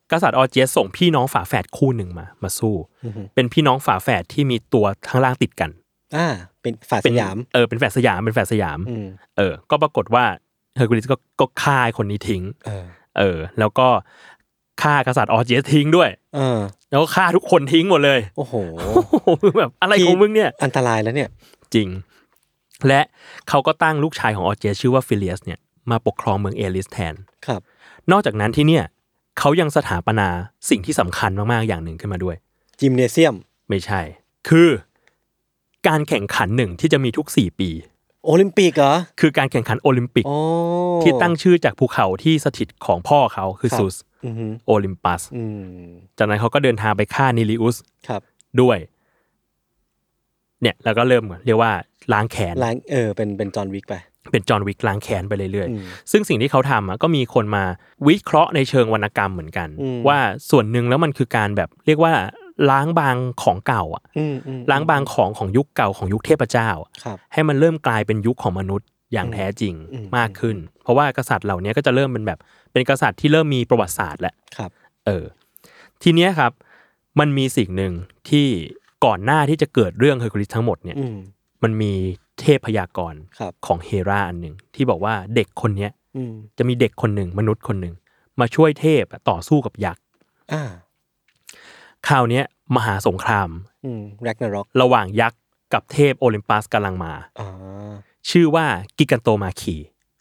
กษัตริย์ออร์เจียสส่งพี่น้องฝาแฝดคู่หนึ่งมาสู้เป็นพี่น้องฝาแฝดที่มีตัวข้างล่างติดกันเป็นฝาสยามเป็นแฝดสยามก็ปรากฏว่าเฮอร์คิวลิสก็ฆ่าคนนี้ทิ้งแล้วก็ฆ่ากษัตริย์ออร์เจียสทิ้งด้วยแล้วก็ฆ่าทุกคนทิ้งหมดเลยโอ้โหแบบอะไรของมึงเนี่ยอันตรายแล้วเนี่ยจริงและเขาก็ตั้งลูกชายของออร์เจียสชื่อว่าฟิเลียสเนี่ยมาปกครองเมืองเอลิสแทนครับนอกจากนั้นที่เนี่ยเขายังสถาปนาสิ่งที่สำคัญมากๆอย่างหนึ่งขึ้นมาด้วยจิมเนเซียมไม่ใช่คือการแข่งขันหนึ่งที่จะมีทุก4ปีโอลิมปิกเหรอคือการแข่งขันโอลิมปิกที่ตั้งชื่อจากภูเขาที่สถิตของพ่อเขาคือซูสโอลิมปัสจากนั้นเขาก็เดินทางไปฆ่านิลิอุสด้วยเนี่ยแล้วก็เริ่มเรียกว่าล้างแค้นเป็นจอห์นวิกไปเป็นจอห์นวิกล้างแค้นไปเรื่อยๆซึ่งสิ่งที่เขาทำก็มีคนมาวิเคราะห์ในเชิงวรรณกรรมเหมือนกันว่าส่วนหนึ่งแล้วมันคือการแบบเรียกว่าล้างบางของเก่าล้างบางของยุคเก่าของยุคเทพเจ้าให้มันเริ่มกลายเป็นยุคของมนุษย์อย่างแท้จริงมากขึ้นเพราะว่ากษัตริย์เหล่านี้ก็จะเริ่มเป็นแบบเป็นกษัตริย์ที่เริ่มมีประวัติศาสตร์แล้วทีเนี้ยครับมันมีสิ่งหนึ่งที่ก่อนหน้าที่จะเกิดเรื่องเฮอร์คิวลิสทั้งหมดเนี่ยมันมีเทพพยากรณ์ของเฮราอันหนึ่งที่บอกว่าเด็กคนนี้จะมีเด็กคนหนึ่งมนุษย์คนหนึ่งมาช่วยเทพต่อสู้กับยักษ์คราวนี้มหาสงครามแร็กนาร็อกระหว่างยักษ์กับเทพโอลิมปัสกำลังมาชื่อว่ากิกันโตมาคี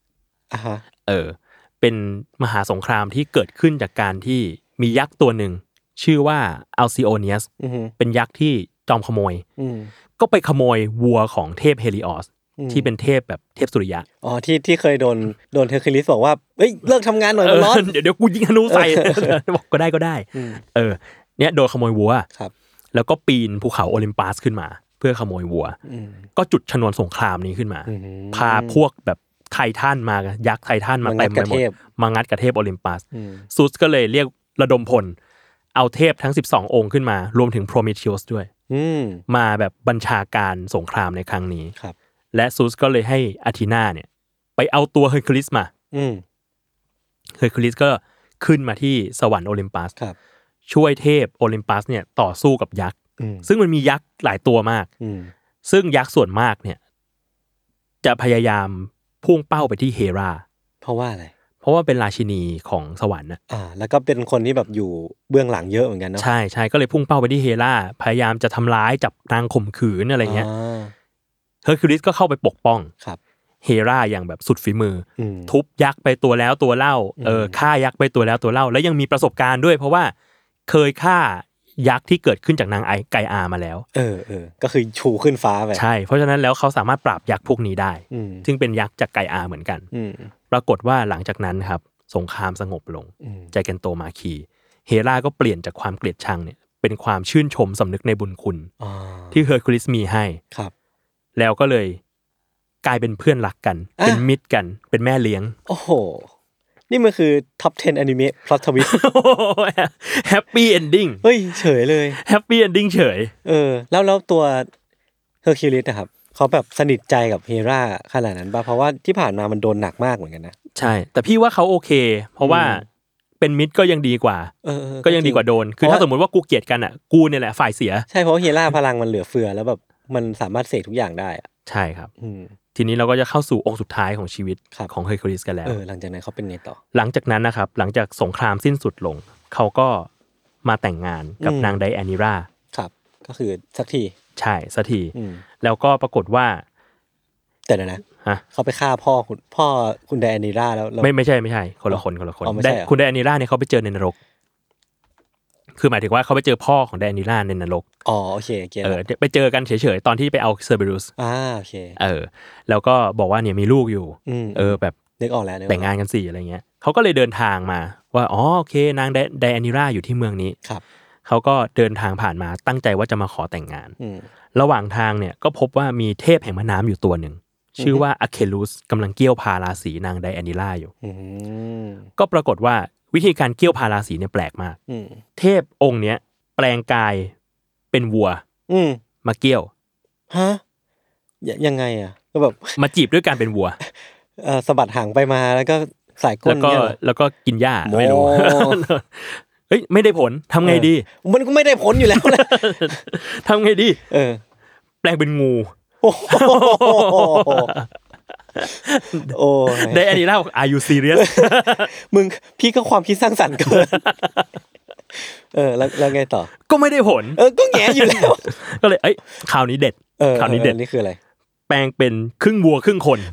เป็นมหาสงครามที่เกิดขึ้นจากการที่มียักษ์ตัวหนึ่งชื่อว่าอัลซิโอเนียสเป็นยักษ์ที่จอมขโมยก็ไปขโมยวัวของเทพเฮลิออสที่เป็นเทพแบบเทพสุริยะที่เคยโดนเฮอร์คิวลิสบอกว่าเฮ้ยเลิกทำงานหน่อยมันร้อนเดี๋ยวกูยิงธนูใส่บอกก็ได้เนี่ยโดนขโมยวัวแล้วก็ปีนภูเขาโอลิมปัสขึ้นมาเพื่อขโมยวัวก็จุดชนวนสงครามนี้ขึ้นมาพาพวกแบบไททันมายักษ์ไททันมาเต็มไปหมดมางัดกับเทพโอลิมปัสซูสก็เลยเรียกระดมพลเอาเทพทั้ง12องค์ขึ้นมารวมถึงโพรเมเธียัสด้วยมาแบบบัญชาการสงครามในครั้งนี้และซูสก็เลยให้อาธีนาเนี่ยไปเอาตัวเฮอร์คิวลิสมาเฮอร์คิวลิสก็ขึ้นมาที่สวรรค์โอลิมปัสช่วยเทพโอลิมปัสเนี่ยต่อสู้กับยักษ์ซึ่งมันมียักษ์หลายตัวมากซึ่งยักษ์ส่วนมากเนี่ยจะพยายามพุ่งเป้าไปที่เฮราเพราะว่าอะไรเพราะว่าเป็นราชินีของสวรรค์นะแล้วก็เป็นคนที่แบบอยู่เบื้องหลังเยอะเหมือนกันเนาะใช่ก็เลยพุ่งเป้าไปที่เฮราพยายามจะทำร้ายจับนางข่มขืนอะไรเงี้ยเฮอร์คิวลิสก็เข้าไปปกป้องเฮราอย่างแบบสุดฝีมือทุบยักษ์ไปตัวแล้วตัวเล่าฆ่ายักษ์ไปตัวแล้วตัวเล่าแล้วยังมีประสบการณ์ด้วยเพราะว่าเคยฆ่ายักษ์ที่เกิดขึ้นจากนางไกอามาแล้วก็คือชูขึ้นฟ้าไปใช่เพราะฉะนั้นแล้วเขาสามารถปราบยักษ์พวกนี้ได้ซึ่งเป็นยักษ์จากไกอาเหมือนกันปรากฏว่าหลังจากนั้นครับสงครามสงบลงใจแกนโตมาคีเฮราก็เปลี่ยนจากความเกลียดชังเนี่ยเป็นความชื่นชมสำนึกในบุญคุณที่เฮอร์คิวลิสมีให้แล้วก็เลยกลายเป็นเพื่อนรักกันเป็นมิตรกันเป็นแม่เลี้ยงโอ้โหนี่มันคือท็อป 10 อนิเมะพล็อตทวิสต์แฮปปี้เอนดิ้งเฮ้ยเฉยเลยแฮปปี้เอนดิ้งเฉยแล้วตัวเฮอร์คิวลิสนะครับเขาแบบสนิทใจกับเฮราขนาดนั้นป่ะเพราะว่าที่ผ่านมามันโดนหนักมากเหมือนกันนะใช่แต่พี่ว่าเขาโอเคเพราะว่าเป็นมิตรก็ยังดีกว่าก็ยังดีกว่าโดนคือถ้าสมมติว่ากูเกลียดกันอ่ะกูเนี่ยแหละฝ่ายเสียใช่เพราะเฮราพลังมันเหลือเฟือแล้วแบบมันสามารถเสกทุกอย่างได้อ่ะใช่ครับทีนี้เราก็จะเข้าสู่องค์สุดท้ายของชีวิตของเฮอร์คิวลิสกันแล้วหลังจากนั้นเขาเป็นไงต่อหลังจากนั้นนะครับหลังจากสงครามสิ้นสุดลงเขาก็มาแต่งงานกับนางไดแอนิราครับก็คือสักทีใช่สักทีแล้วก็ปรากฏว่าแต่นะเขาไปฆ่าพ่อคุณไดแอนิราแล้วไม่ใช่คนละคนคุณไดแอนิราเนี่ยเขาไปเจอในนรกคือหมายถึงว่าเขาไปเจอพ่อของไดแอนิราในนรกโอเคไปเจอกันเฉยๆตอนที่ไปเอาเซอร์เบรุสโอเคแล้วก็บอกว่าเนี่ยมีลูกอยู่แบบนึกออกแล้วแต่งงานกันสิอะไรเงี้ยเขาก็เลยเดินทางมาว่าโอเคนางไดแอนิราอยู่ที่เมืองนี้เขาก็เดินทางผ่านมาตั้งใจว่าจะมาขอแต่งงานระหว่างทางเนี่ยก็พบว่ามีเทพแห่งแม่น้ำอยู่ตัวหนึ่งชื่อว่าอะเคลูสกำลังเกี่ยวพาราสีนางไดแอนิราอยู่ก็ปรากฏว่าวิธีการเกี่ยวพาราสีเนี่ยแปลกมากเทพองค์เนี้ยแปลงกายเป็นวัวมาเกี่ยวยังไงอ่ะก็แบบมาจีบด้วยการเป็นวัวสะบัดหางไปมาแล้วก็ใส่ก้นแล้วก็กินหญ้าไม่รู้ฮ้ยไม่ได้ผลทำไงดีมันก็ไม่ได้ผลอยู่แล้วแหละทำไงดีแปลงเป็นงูโอ้ได้อันนี้แล้ว Are you serious มึงพี่ก็ความคิดสร้างสรรค์เกินแล้วไงต่อก็ไม่ได้ผลก็แง่อยู่แล้วก็เลยข่าวนี้เด็ดข่าวนี้เด็ดนี่คืออะไรแปลงเป็นครึ่งวัวครึ่งคน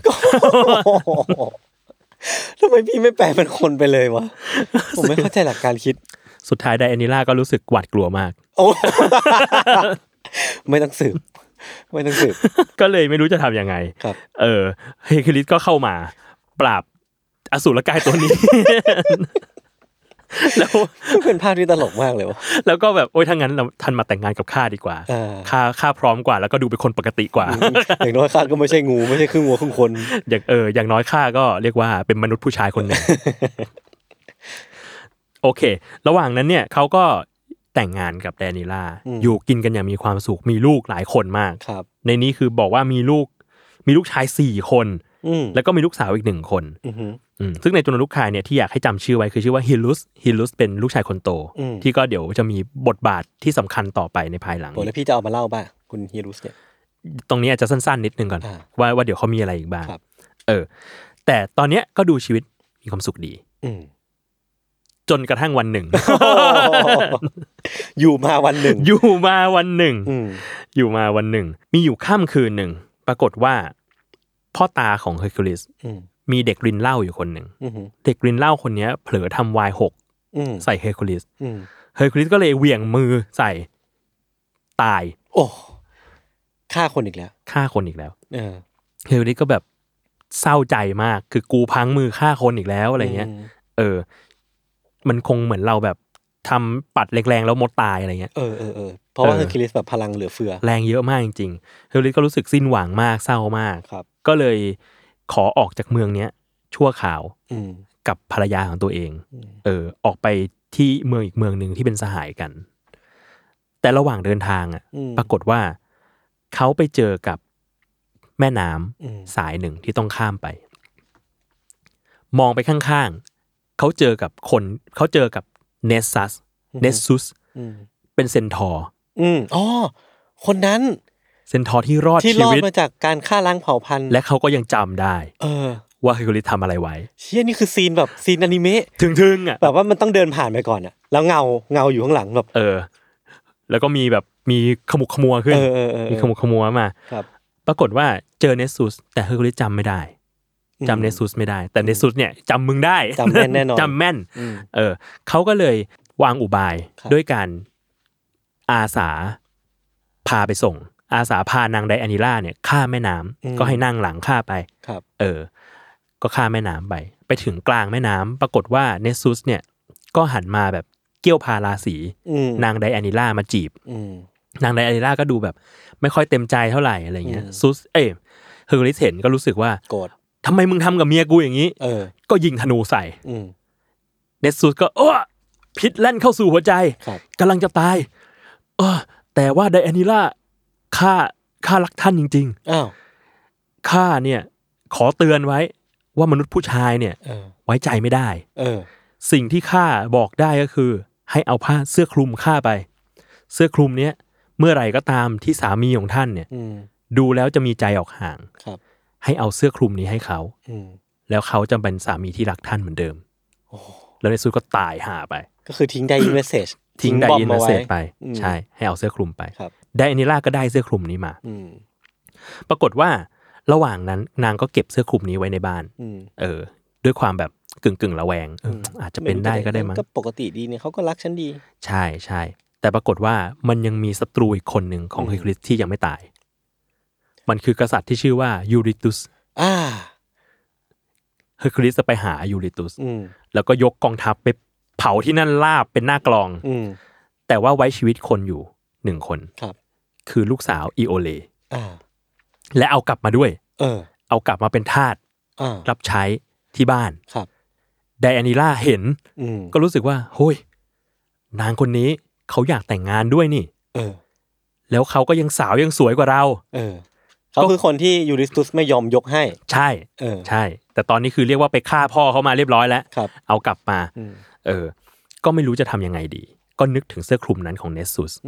ทำไมพี่ไม่แปลงเป็นคนไปเลยวะผมไม่เข้าใจหลักการคิดสุดท้ายไดอานิล่าก็รู้สึกหวาดกลัวมากไม่ต้องสืบก็เลยไม่รู้จะทำยังไงเฮคิลิสก็เข้ามาปราบอสูรกายตัวนี้แล้วเป็นภาพที่ตลกมากเลยวะแล้วก็แบบโอ๊ยถ้างั้นเราทันมาแต่งงานกับข้าดีกว่าข้าพร้อมกว่าแล้วก็ดูเป็นคนปกติกว่าอย่างน้อยข้าก็ไม่ใช่งูไม่ใช่ครึ่งวัวครึ่งคนอย่างน้อยข้าก็เรียกว่าเป็นมนุษย์ผู้ชายคนหนึ่งโอเคระหว่างนั้นเนี่ยเขาก็แต่งงานกับแดนิล่าอยู่กินกันอย่างมีความสุขมีลูกหลายคนมากในนี้คือบอกว่ามีลูกชาย4คนแล้วก็มีลูกสาวอีก1คนซึ่งในจำนวนลูกชายเนี่ยที่อยากให้จำชื่อไว้คือชื่อว่าฮิลุสเป็นลูกชายคนโตที่ก็เดี๋ยวจะมีบทบาทที่สำคัญต่อไปในภายหลังแล้วพี่จะเอามาเล่าป่ะคุณฮิลุสเนี่ยตรงนี้อาจจะสั้นๆนิดนึงก่อนว่าเดี๋ยวเขามีอะไรอีกบ้างแต่ตอนเนี้ยก็ดูชีวิตมีความสุขดีจนกระทั่งวันหนึ่งอยู่มาวันหนึ่งมีอยู่ค่ำคืนหนึ่งปรากฏว่าพ่อตาของเฮอร์คิวลิสมีเด็กรินเหล้าอยู่คนหนึ่งเด็กรินเหล้าคนนี้เผลอทำไวน์6ใส่เฮอร์คิวลิสก็เลยเหวี่ยงมือใส่ตายโอ้ฆ่าคนอีกแล้วเฮอร์คิวลิสก็แบบเศร้าใจมากคือกูพังมือฆ่าคนอีกแล้วอะไรเงี้ยมันคงเหมือนเราแบบทำปัดแรงๆแล้วมดตายอะไรเงี้ยเพราะว่าเฮอร์คิวลิสแบบพลังเหลือเฟือแรงเยอะมากจริงๆเฮอร์คิวลิสก็รู้สึกสิ้นหวังมากเศร้ามากก็เลยขอออกจากเมืองเนี้ยชั่วคราวกับภรรยาของตัวเองออกไปที่เมืองอีกเมืองนึงที่เป็นสหายกันแต่ระหว่างเดินทางปรากฏว่าเขาไปเจอกับแม่น้ำสายหนึ่งที่ต้องข้ามไปมองไปข้างๆเขาเจอกับเนซุสเป็นเซนทอร์คนนั้นเซนทอร์ที่รอดชีวิตมาจากการฆ่าล้างเผ่าพันธุ์และเขาก็ยังจำได้ว่าเฮอร์คิวลิสทำอะไรไว้เชี่ยนี่คือซีนแบบซีนอนิเมะทึ่งๆแบบว่ามันต้องเดินผ่านไปก่อนแล้วเงาอยู่ข้างหลังแบบแล้วก็มีแบบมีขมุกขมัวขึ้นมีขมุกขมัวมาปรากฏว่าเจอเนซุสแต่เฮอร์คิวลิสจำไม่ได้จำเนซุสไม่ได้แต่เนซุสเนี่ยจำมึงได้จำแม่นแน่นอนจำแม่นเขาก็เลยวางอุบายด้วยการอาสาพาไปส่งอาสาพานางไดอานิล่าเนี่ยข้ามแม่น้ำก็ให้นั่งหลังข้าไปก็ข้ามแม่น้ำไปถึงกลางแม่น้ำปรากฏว่าเนซุสเนี่ยก็หันมาแบบเกี้ยวพาราสีนางไดอานิล่ามาจีบนางไดอานิล่าก็ดูแบบไม่ค่อยเต็มใจเท่าไหร่อะไรเงี้ยเฮอร์คิวลิสเห็นก็รู้สึกว่าโกรธทำไมมึงทำกับเมียกูอย่างนี้ก็ยิงธนูใส่เนซุสก็พิษแล่นเข้าสู่หัวใจกำลังจะตายแต่ว่าไดอานิล่าข้ารักท่านจริงๆข้าเนี่ยขอเตือนไว้ว่ามนุษย์ผู้ชายเนี่ยไว้ใจไม่ได้สิ่งที่ข้าบอกได้ก็คือให้เอาผ้าเสื้อคลุมข้าไปเสื้อคลุมเนี้ยเมื่อไหร่ก็ตามที่สามีของท่านเนี่ยดูแล้วจะมีใจออกห่างให้เอาเสื้อคลุมนี้ให้เขาแล้วเขาจะเป็นสามีที่รักท่านเหมือนเดิมแล้วในสุดก็ตายห่าไปก็คือทิ้งไดอินเมสเซจทิ้งไดอินเมสเซจไปใช่ให้เอาเสื้อคลุมไปไดอานิล่าก็ได้เสื้อคลุมนี้มาปรากฏว่าระหว่างนั้นนางก็เก็บเสื้อคลุมนี้ไว้ในบ้านด้วยความแบบกึ่งระแวงอาจจะเป็นได้ก็ได้มั้งก็ปกติดีเนี่ยเขาก็รักฉันดีใช่ใช่แต่ปรากฏว่ามันยังมีศัตรูอีกคนหนึ่งของเฮอร์คิวลิสที่ยังไม่ตายมันคือกษัตริย์ที่ชื่อว่ายูริตุสเฮอร์คิวลิสจะไปหายูริตุสแล้วก็ยกกองทัพไปเผาที่นั่นราบเป็นหน้ากลองแต่ว่าไว้ชีวิตคนอยู่1คนคือลูกสาวอีโอเลและเอากลับมาด้วยเอากลับมาเป็นทาสรับใช้ที่บ้านไดอานิล่าเห็นก็รู้สึกว่าโฮ้ยนางคนนี้เขาอยากแต่งงานด้วยนี่แล้วเขาก็ยังสาวยังสวยกว่าเราเขาคือคนที่ยูริสตุสไม่ยอมยกให้ใช่ใช่แต่ตอนนี้คือเรียกว่าไปฆ่าพ่อเขามาเรียบร้อยแล้วเอากลับมาก็ไม่รู้จะทำยังไงดีก็นึกถึงเสื้อคลุมนั้นของเนสซุส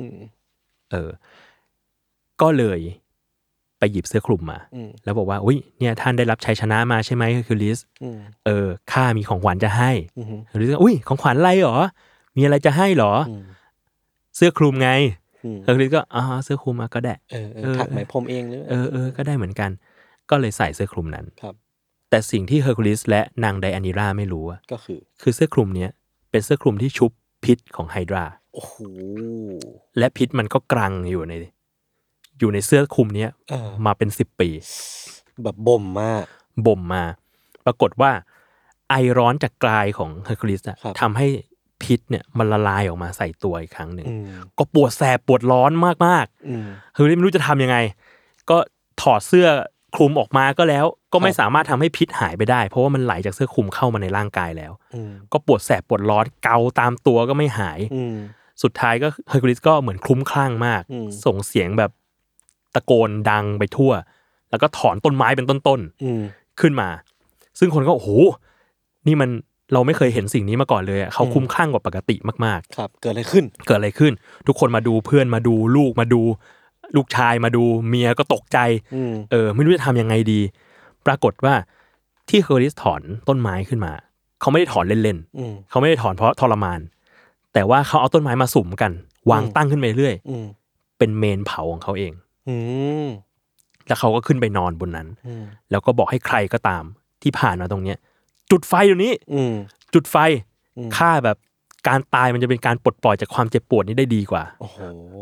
ก็เลยไปหยิบเสื้อคลุมมาแล้วบอกว่าอุ้ยเนี่ยท่านได้รับชัยชนะมาใช่ไหมคือลิสข้ามีของขวัญจะให้ลิสอุ้ยของขวัญอะไรหรอมีอะไรจะให้หรอเสื้อคลุมไงเฮอร์คิวลิสก็เสื้อคลุมมาก็ได้ถักไหมพรมเองหรือก็ได้เหมือนกันก็เลยใส่เสื้อคลุมนั้นแต่สิ่งที่เฮอร์คิวลิสและนางไดอานิราไม่รู้ก็คือเสื้อคลุมเนี้ยเป็นเสื้อคลุมที่ชุบพิษของไฮดราโอ้โหและพิษมันก็กรังอยู่ในเสื้อคลุมเนี้ยมาเป็น10 ปีแบบบ่มมาปรากฏว่าไอร้อนจากกายของเฮอร์คิวลิสทำให้พิษเนี่ยมันละลายออกมาใส่ตัวอีกครั้งหนึ่งก็ปวดแสบปวดร้อนมากๆเฮอร์คิวลิสไม่รู้จะทำยังไงก็ถอดเสื้อคลุมออกมาก็แล้วก็ไม่สามารถทำให้พิษหายไปได้เพราะว่ามันไหลจากเสื้อคลุมเข้ามาในร่างกายแล้วก็ปวดแสบปวดร้อนเกาตามตัวก็ไม่หายสุดท้ายก็เฮอร์คิวลิสก็เหมือนคลุ้มคลั่งมากส่งเสียงแบบตะโกนดังไปทั่วแล้วก็ถอนต้นไม้เป็นต้นๆขึ้นมาซึ่งคนก็โอ้โหนี่มันเราไม่เคยเห็นสิ่งนี้มาก่อนเลยเขาคลุ้มคลั่งกว่าปกติมากๆครับเกิดอะไรขึ้นทุกคนมาดูเพื่อนมาดูลูกมาดูลูกชายมาดูเมียก็ตกใจไม่รู้จะทำยังไงดีปรากฏว่าที่เฮอร์คิวลิสถอนต้นไม้ขึ้นมาเขาไม่ได้ถอนเล่นๆเขาไม่ได้ถอนเพราะทรมานแต่ว่าเขาเอาต้นไม้มาสุมกันวางตั้งขึ้นไปเรื่อยเป็นเมนเผาของเขาเองแล้วเขาก็ขึ้นไปนอนบนนั้นแล้วก็บอกให้ใครก็ตามที่ผ่านมาตรงเนี้ยจุดไฟเดี๋ยวนี้จุดไฟฆ่าแบบการตายมันจะเป็นการปลดปล่อยจากความเจ็บปวดนี้ได้ดีกว่าโอ้โห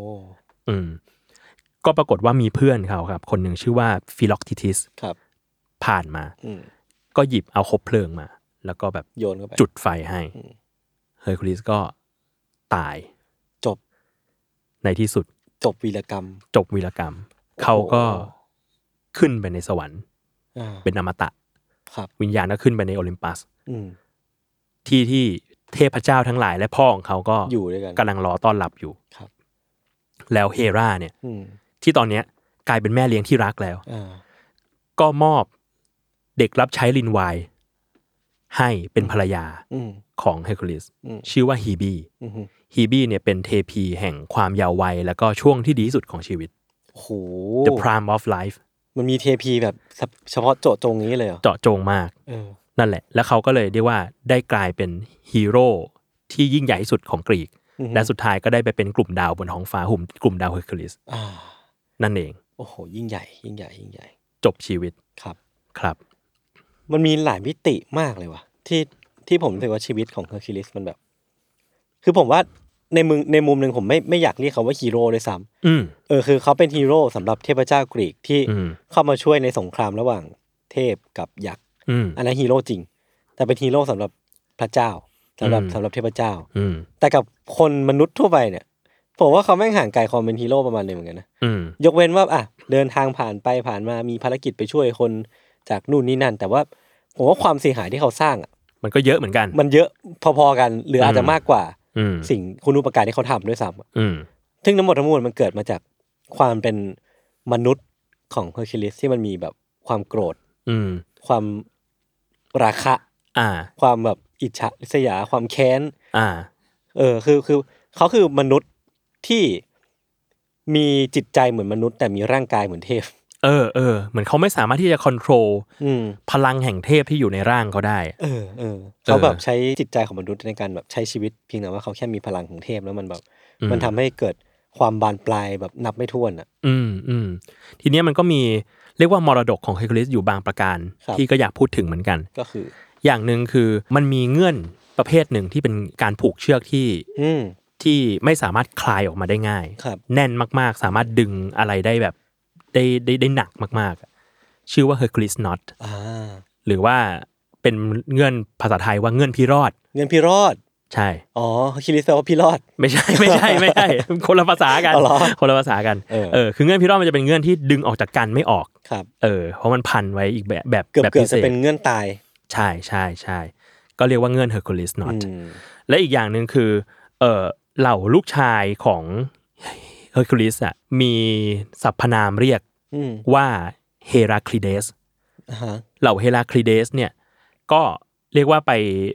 ก็ปรากฏว่ามีเพื่อนเขาครับคนหนึ่งชื่อว่าฟิล็อกทิทิสผ่านมาก็หยิบเอาคบเพลิงมาแล้วก็แบบโยนเข้าไปจุดไฟให้เฮอร์คิวลิสก็ตายจบในที่สุดจบวีรกรรมเขาก็ขึ้นไปในสวรรค์เป็นอมตะวิญญาณก็ขึ้นไปในโอลิมปัสที่เทพเจ้าทั้งหลายและพ่อของเขาก็อยู่ด้วยกันกำลังรอต้อนรับอยู่แล้วเฮราเนี่ยที่ตอนนี้กลายเป็นแม่เลี้ยงที่รักแล้วก็มอบเด็กรับใช้ลินวายให้เป็นภรรยาของเฮอร์คิวลิสชื่อว่าฮีบี้เนี่ยเป็นเทพีแห่งความเยาว์วัยแล้วก็ช่วงที่ดีที่สุดของชีวิตโอ้โห The Prime of Life มันมีเทพีแบบเฉพาะเจาะจงนี้เลยเหรอเจาะจงมากนั่นแหละแล้วเขาก็เลยเรียกว่าได้กลายเป็นฮีโร่ที่ยิ่งใหญ่ที่สุดของกรีกและสุดท้ายก็ได้ไปเป็นกลุ่มดาวบนท้องฟ้ากลุ่มดาวเฮอร์คิวลิสนั่นเองโอ้โหยิ่งใหญ่จบชีวิตครับมันมีหลายมิติมากเลยว่ะที่ผมถือว่าชีวิตของเฮอร์คิวลิสมันแบบคือผมว่าในมุมนึงผมไม่อยากเรียกเขาว่าฮีโร่ด้วยซ้ำคือเขาเป็นฮีโร่สำหรับเทพเจ้ากรีกที่เข้ามาช่วยในสงครามระหว่างเทพกับยักษ์อันนั้นฮีโร่จริงแต่เป็นฮีโร่สำหรับพระเจ้าสำหรับเทพเจ้าแต่กับคนมนุษย์ทั่วไปเนี่ยผมว่าเขาแม่งห่างไกลความเป็นฮีโร่ประมาณนึงเหมือนกันนะยกเว้นว่าเดินทางผ่านไปผ่านมามีภารกิจไปช่วยคนจากนู่นนี่นั่นแต่ว่าผมว่าความเสียหายที่เขาสร้างมันก็เยอะเหมือนกันมันเยอะพอๆกันหรืออาจจะมากกว่าสิ่งคุณูปการที่เขาทำด้วยซ้ำซึ่งทั้งหมดทั้งมวลมันเกิดมาจากความเป็นมนุษย์ของเฮอร์คิวลิสที่มันมีแบบความโกรธความราคะความแบบอิจฉาริษยาความแค้นคือเขาคือมนุษย์ที่มีจิตใจเหมือนมนุษย์แต่มีร่างกายเหมือนเทพเหมือนเขาไม่สามารถที่จะคอนโทรลพลังแห่งเทพที่อยู่ในร่างเขาได้เขาแบบใช้จิตใจของมนุษย์ในการแบบใช้ชีวิตเพียงแต่ว่าเขาแค่มีพลังของเทพแล้วมันแบบมันทำให้เกิดความบานปลายแบบนับไม่ถ้วนทีเนี้ยมันก็มีเรียกว่ามรดกของเฮอร์คิวลิสอยู่บางประการที่ก็อยากพูดถึงเหมือนกันก็คืออย่างนึงคือมันมีเงื่อนประเภทหนึ่งที่เป็นการผูกเชือกที่ไม่สามารถคลายออกมาได้ง่ายแน่นมากๆสามารถดึงอะไรได้แบบได้หนักมากๆชื่อว่า Hercules Knot หรือว่าเป็นเงื่อนภาษาไทยว่าเงื่อนพิรอดใช่ Hercules แปลว่าพิรอดไม่ใช่คนละภาษากันคือเงื่อนพิรอดมันจะเป็นเงื่อนที่ดึงออกจากกันไม่ออกเพราะมันพันไว้อีกแบบเกือบจะเป็นเงื่อนตายใช่ก็เรียกว่าเงื่อน Hercules Knot และอีกอย่างนึงคือเหล่าลูกชายของเฮอร์คิวลิสมีสรรพนามเรียกว่าเฮราคลิเดสเหล่าเฮราคลิเดสเนี่ยก็เรียกว่าไป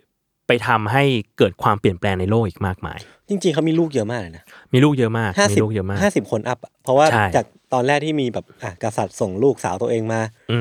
ไปทำให้เกิดความเปลี่ยนแปลงในโลกอีกมากมายจริงๆเขามีลูกเยอะมากเลยนะมีลูกเยอะมากมีลูกเยอะมาก 50 คนอัพเพราะว่าจากตอนแรกที่มีแบบกษัตริย์ส่งลูกสาวตัวเองมา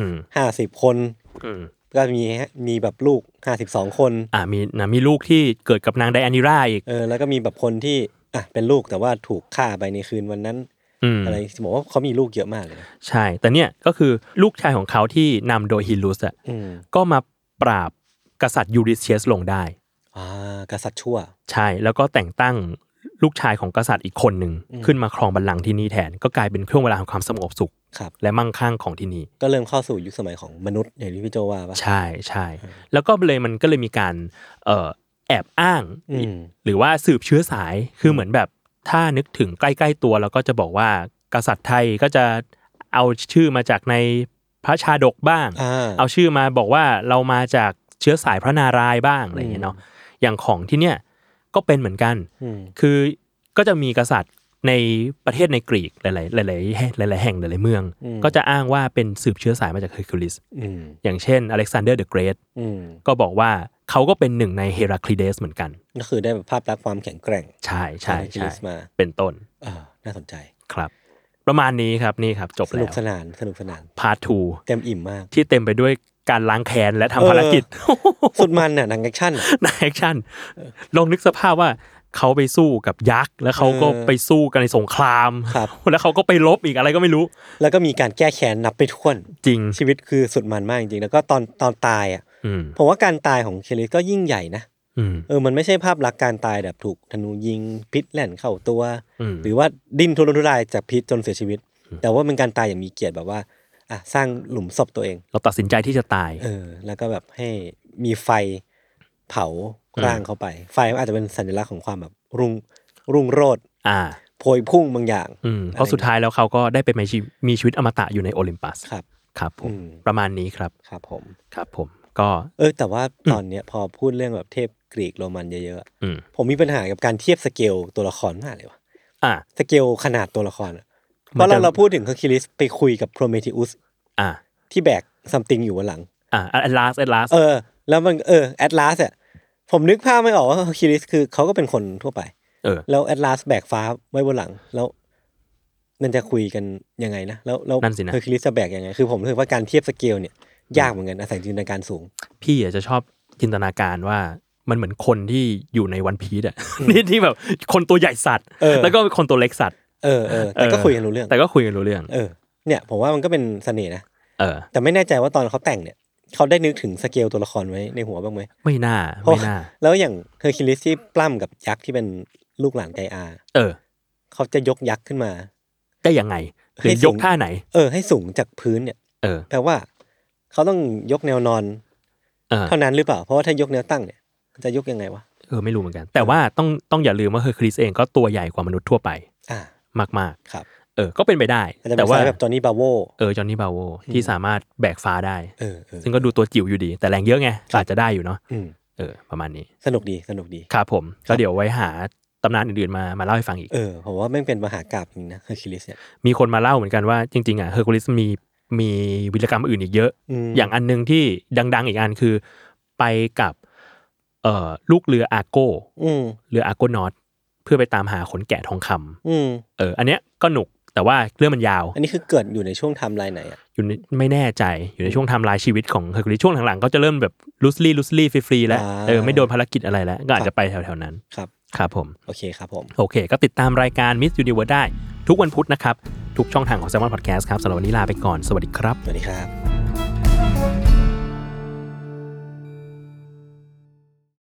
50 คนก็มีแบบลูก52 คนมีลูกที่เกิดกับนางไดอานิราอีกแล้วก็มีแบบคนที่เป็นลูกแต่ว่าถูกฆ่าไปในคืนวันนั้นอะไรบอกว่าเขามีลูกเยอะมากเลยใช่แต่เนี่ยก็คือลูกชายของเขาที่นำโดยฮิลลุสก็มาปราบกษัตริย์ยูริเซียสลงได้กษัตริย์ชั่วใช่แล้วก็แต่งตั้งลูกชายของกษัตริย์อีกคนหนึ่งขึ้นมาครองบัลลังก์ที่นี่แทนก็กลายเป็นช่วงเวลาของความสงบสุขและมั่งคั่งของที่นี่ก็เริ่มเข้าสู่ยุคสมัยของมนุษย์อย่างที่พี่โจว่าป่ะใช่ใช่แล้วก็เลยมันก็เลยมีการแอบอ้างหรือว่าสืบเชื้อสายคือเหมือนแบบถ้านึกถึงใกล้ๆตัวเราก็จะบอกว่ากษัตริย์ไทยก็จะเอาชื่อมาจากในพระชาดกบ้างเอาชื่อมาบอกว่าเรามาจากเชื้อสายพระนารายณ์บ้างอะไรอย่างเงี้ยเนาะอย่างของที่เนี่ยก็เป็นเหมือนกันคือก็จะมีกษัตริย์ในประเทศในกรีกหลายๆแห่งหลายๆเมืองก็จะอ้างว่าเป็นสืบเชื้อสายมาจากเฮอร์คิวลิสอย่างเช่นอเล็กซานเดอร์เดอะเกรทก็บอกว่าเขาก็เป็นหนึ่งในเฮราคลีเดสเหมือนกันก็คือได้ภาพลักษณ์ความแข็งแกร่งใช่ใช่ใช่เป็นต้นน่าสนใจครับประมาณนี้ครับนี่ครับจบแล้วสนุกสนานพาร์ท 2 เต็มอิ่มมากที่เต็มไปด้วยการล้างแค้นและทำภารกิจสุดมันน่ะหนังแอคชั่นลองนึกสภาพว่าเขาไปสู้กับยักษ์แล้วเขาก็ไปสู้กันในสงครามแล้วเขาก็ไปรบอีกอะไรก็ไม่รู้แล้วก็มีการแก้แค้นนับไปถ้วนจริงชีวิตคือสุดมันมากจริงแล้วก็ตอนตายอ่ะผมว่าการตายของเคลลี่ก็ยิ่งใหญ่นะมันไม่ใช่ภาพลักษณ์การตายแบบถูกธนูยิงพิษแล่นเข้าตัวหรือว่าดิ้นทุรนทุรายจากพิษจนเสียชีวิตแต่ว่าเป็นการตายอย่างมีเกียรติแบบว่าสร้างหลุมศพตัวเองเราตัดสินใจที่จะตายแล้วก็แบบให้มีไฟเผาร่างเขาไปไฟอาจจะเป็นสัญลักษณ์ของความแบบรุ่งโรจน์โพยพุ่งบางอย่างเพราะสุดท้ายแล้วเขาก็ได้ไปมีชีวิตอมตะอยู่ในโอลิมปัสครับผมประมาณนี้ครับครับผมก็แต่ว่าตอนเนี้ยพอพูดเรื่องแบบเทพกรีกโรมันเยอะๆผมมีปัญหากับการเทียบสเกลตัวละครมากเลยว่ะสเกลขนาดตัวละครเพราะเราพูดถึงเฮอร์คิวลิสไปคุยกับโพรเมเธอุสที่แบกซัมติงอยู่บนหลังแอตลาสแล้วมันแอตลาสอ่ะผมนึกภาพไม่ออกว่าเฮอร์คิวลิสคือเขาก็เป็นคนทั่วไปแล้วแอตลาสแบกฟ้าไว้บนหลังแล้วมันจะคุยกันยังไงนะแล้วเฮอร์คิวลิสจะแบกยังไงคือผมรู้สึกว่าการเทียบสเกลเนี่ยยากเหมือนกันอาศัยจินตนาการสูงพี่จะชอบจินตนาการว่ามันเหมือนคนที่อยู่ในวันพีซอ่ะที่แบบคนตัวใหญ่สัตว์แล้วก็คนตัวเล็กสัตว์แต่ก็คุยกันรู้เรื่องเนี่ยผมว่ามันก็เป็นเสน่ห์นะแต่ไม่แน่ใจว่าตอนเขาแต่งเนี่ยเขาได้นึกถึงสเกลตัวละครไว้ในหัวบ้างไหมไม่น่าแล้วอย่างเฮอร์คิวลิสที่ปล้ำกับยักษ์ที่เป็นลูกหลานไกอาเขาจะยกยักษ์ขึ้นมาได้ยังไงคือยกท่าไหนให้สูงจากพื้นเนี่ยแปลว่าเขาต้องยกแนวนอนเท่านั้นหรือเปล่าเพราะว่าถ้ายกแนวตั้งเนี่ยจะยกยังไงวะไม่รู้เหมือนกันแต่ว่าต้องอย่าลืมว่าเฮอร์คิวลิสเองก็ตัวใหญ่กว่ามนุษย์ทั่วไปมากครับก็เป็นไปได้แต่ว่าแบบจอห์นนี่บาโวจอห์นนี่บาโวที่สามารถแบกฟ้าได้ซึ่งก็ดูตัวจิ๋วอยู่ดีแต่แรงเยอะไงอาจจะได้อยู่เนาะประมาณนี้สนุกดีครับผมก็เดี๋ยวไว้หาตำนานอื่นๆมาเล่าให้ฟังอีกผมว่าแม่งเป็นมหากาพย์จริงนะเฮอร์คิวลิสเนี่ยมีคนมาเล่าเหมือนกันว่าจริงๆเฮอร์คิวลิสมีวีรกรรมอื่นอีกเยอะอย่างอันนึงที่ดังๆอีกอันคือไปกับลูกเรืออาโก้เรืออาโกนอตเพื่อไปตามหาขนแกะทองคำอันเนี้ยก็หนุกแต่ว่าเรื่องมันยาวอันนี้คือเกิดอยู่ในช่วงไทม์ไลน์ไหนอ่ะอยู่ไม่แน่ใจอยู่ในช่วงไทม์ไลน์ชีวิตของเฮอร์คิวลิสช่วงหลังๆก็จะเริ่มแบบลูสลี่ฟรีๆแล้วไม่โดนภารกิจอะไรแล้วก็อาจจะไปแถวๆนั้นครับผมโอเคครับผมโอเคก็ติดตามรายการ Miss Universe ได้ทุกวันพุธนะครับทุกช่องทางของ Salmon Podcast ครับสำหรับวันนี้ลาไปก่อนสวัสดีครับสวัสดีครับ